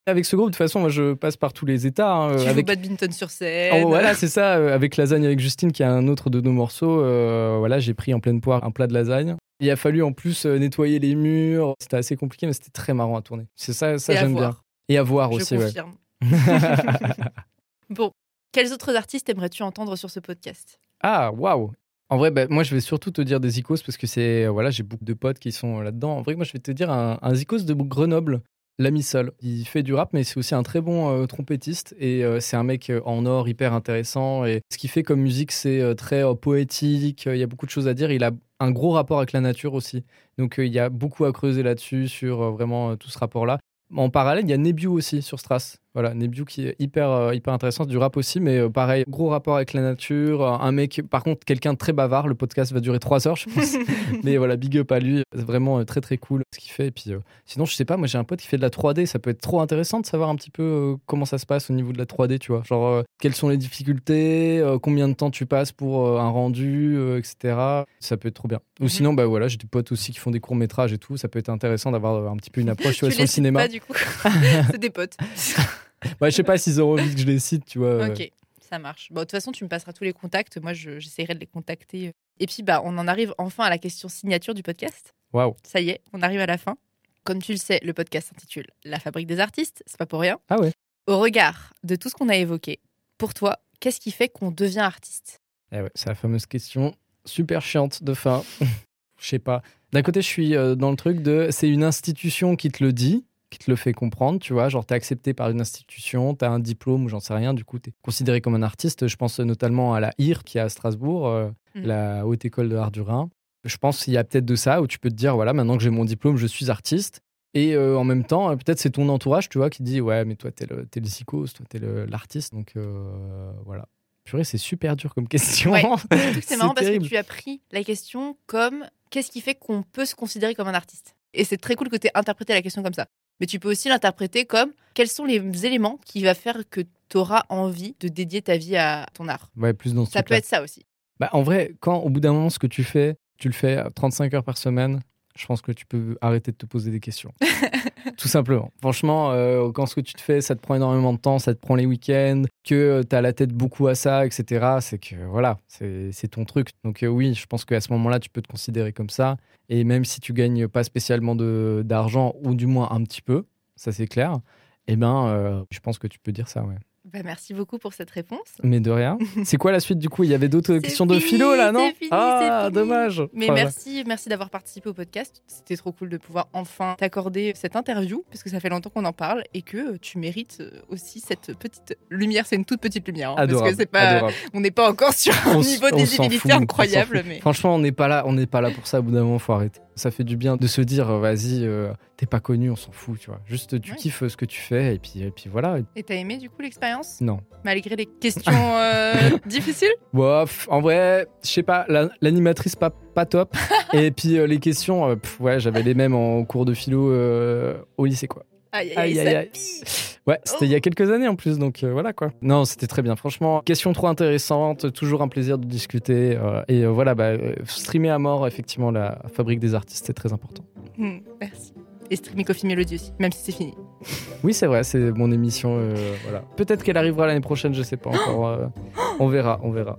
Avec ce groupe, de toute façon, moi, je passe par tous les états. Hein, tu avec... joues badminton sur scène. Oh, voilà, c'est ça. Euh, avec Lasagne avec Justine, qui est un autre de nos morceaux, euh, voilà, j'ai pris en pleine poire un plat de lasagne. Il a fallu en plus euh, nettoyer les murs. C'était assez compliqué, mais c'était très marrant à tourner. C'est ça, ça j'aime bien. Et à voir je aussi, confirme. Ouais. Bon, quels autres artistes aimerais-tu entendre sur ce podcast ? Ah, waouh! En vrai, bah, moi, je vais surtout te dire des Zikos parce que c'est, euh, voilà, j'ai beaucoup de potes qui sont là-dedans. En vrai, moi, je vais te dire un, un Zikos de Grenoble, l'ami Sol. Il fait du rap, mais c'est aussi un très bon euh, trompettiste et euh, c'est un mec euh, en or hyper intéressant. Et ce qu'il fait comme musique, c'est euh, très euh, poétique. Il y a beaucoup de choses à dire. Il a un gros rapport avec la nature aussi. Donc, euh, il y a beaucoup à creuser là-dessus sur euh, vraiment euh, tout ce rapport-là. En parallèle, il y a Nebiu aussi sur Strass. Voilà, Nebiu qui est hyper, euh, hyper intéressant, du rap aussi, mais euh, pareil, gros rapport avec la nature. Un mec, par contre, quelqu'un de très bavard. Le podcast va durer trois heures, je pense. Mais voilà, big up à lui. C'est vraiment euh, très, très cool ce qu'il fait. Et puis, euh, sinon, je sais pas, moi j'ai un pote qui fait de la trois D. Ça peut être trop intéressant de savoir un petit peu euh, comment ça se passe au niveau de la trois D, tu vois. Genre, euh, quelles sont les difficultés, euh, combien de temps tu passes pour euh, un rendu, euh, et cetera. Ça peut être trop bien. Ou sinon, bah voilà, j'ai des potes aussi qui font des courts-métrages et tout. Ça peut être intéressant d'avoir euh, un petit peu une approche tu vois, sur le cinéma. Pas, du coup. C'est des potes. Bah, je sais pas s'ils auront envie que je les cite, tu vois. Ok, ça marche. Bon, de toute façon, tu me passeras tous les contacts. Moi, je, j'essaierai de les contacter. Et puis, bah, on en arrive enfin à la question signature du podcast. Waouh. Ça y est, on arrive à la fin. Comme tu le sais, le podcast s'intitule La Fabrique des artistes. C'est pas pour rien. Ah ouais. Au regard de tout ce qu'on a évoqué, pour toi, qu'est-ce qui fait qu'on devient artiste ? Eh ouais, c'est la fameuse question super chiante de fin. Je sais pas. D'un côté, je suis euh, dans le truc de c'est une institution qui te le dit, qui te le fait comprendre, tu vois, genre t'es accepté par une institution, t'as un diplôme ou j'en sais rien, du coup t'es considéré comme un artiste. Je pense notamment à la I R qui est à Strasbourg, euh, mmh. la Haute École de l'Art du Rhin. Je pense qu'il y a peut-être de ça où tu peux te dire, voilà, maintenant que j'ai mon diplôme, je suis artiste. Et euh, en même temps, euh, peut-être c'est ton entourage, tu vois, qui dit, ouais, mais toi t'es le, t'es le Zikos, toi t'es le, l'artiste, donc euh, voilà. Purée, c'est super dur comme question. Ouais, c'est, c'est marrant parce que tu as pris la question comme qu'est-ce qui fait qu'on peut se considérer comme un artiste ? Et c'est très cool que tu aies interprété la question comme ça. Mais tu peux aussi l'interpréter comme quels sont les éléments qui vont faire que tu auras envie de dédier ta vie à ton art. Ouais, plus dans ce Ça peut être ça aussi. Bah, en vrai, quand au bout d'un moment, ce que tu fais, tu le fais trente-cinq heures par semaine, je pense que tu peux arrêter de te poser des questions. Tout simplement. Franchement, euh, quand ce que tu te fais, ça te prend énormément de temps, ça te prend les week-ends, que euh, tu as la tête beaucoup à ça, et cetera. C'est que voilà, c'est, c'est ton truc. Donc euh, oui, je pense qu'à ce moment-là, tu peux te considérer comme ça. Et même si tu gagnes pas spécialement de, d'argent, ou du moins un petit peu, ça c'est clair, eh ben, euh, je pense que tu peux dire ça, ouais. Bah, merci beaucoup pour cette réponse. Mais de rien. C'est quoi la suite du coup ? Il y avait d'autres c'est questions fini, de philo là, non ? c'est fini, Ah, c'est fini. dommage. Mais voilà. merci, merci d'avoir participé au podcast. C'était trop cool de pouvoir enfin t'accorder cette interview parce que ça fait longtemps qu'on en parle et que tu mérites aussi cette petite lumière. C'est une toute petite lumière, hein, adorable, parce que c'est pas, on n'est pas encore sur un on niveau de visibilité incroyable. Mais franchement, on n'est pas là, on n'est pas là pour ça. Au bout d'un moment, faut arrêter. Ça fait du bien de se dire, vas-y, euh, t'es pas connu, on s'en fout, tu vois. Juste, tu ouais. kiffes ce que tu fais et puis, et puis voilà. Et t'as aimé du coup l'expérience ? Non. Malgré les questions euh, difficiles ? Bof, en vrai, je sais pas, la, l'animatrice pas, pas top. Et puis euh, les questions, euh, pff, ouais, j'avais les mêmes en cours de philo euh, au lycée, quoi. Aïe, aïe, aïe, aïe. Ouais, c'était oh. il y a quelques années en plus, donc euh, voilà quoi. Non, c'était très bien, franchement. Question trop intéressante, toujours un plaisir de discuter. Euh, et euh, voilà, bah, euh, streamer à mort, effectivement, la Fabrique des artistes, c'est très important. Mmh, merci. Et streamer Coffee Melody aussi, même si c'est fini. Oui, c'est vrai, c'est mon émission. Euh, voilà. Peut-être qu'elle arrivera l'année prochaine, je sais pas encore. Euh, on verra, on verra.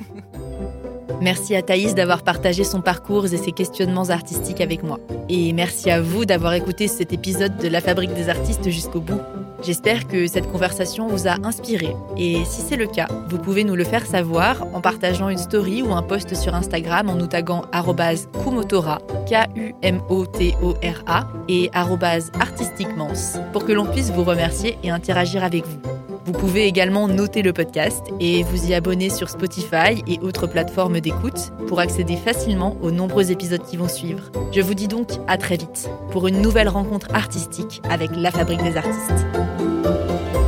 Merci à Thaïs d'avoir partagé son parcours et ses questionnements artistiques avec moi. Et merci à vous d'avoir écouté cet épisode de La Fabrique des artistes jusqu'au bout. J'espère que cette conversation vous a inspiré. Et si c'est le cas, vous pouvez nous le faire savoir en partageant une story ou un post sur Instagram en nous taguant arobase kumotora, K U M O T O R A, et arobase artistiquemance, pour que l'on puisse vous remercier et interagir avec vous. Vous pouvez également noter le podcast et vous y abonner sur Spotify et autres plateformes d'écoute pour accéder facilement aux nombreux épisodes qui vont suivre. Je vous dis donc à très vite pour une nouvelle rencontre artistique avec La Fabrique des artistes.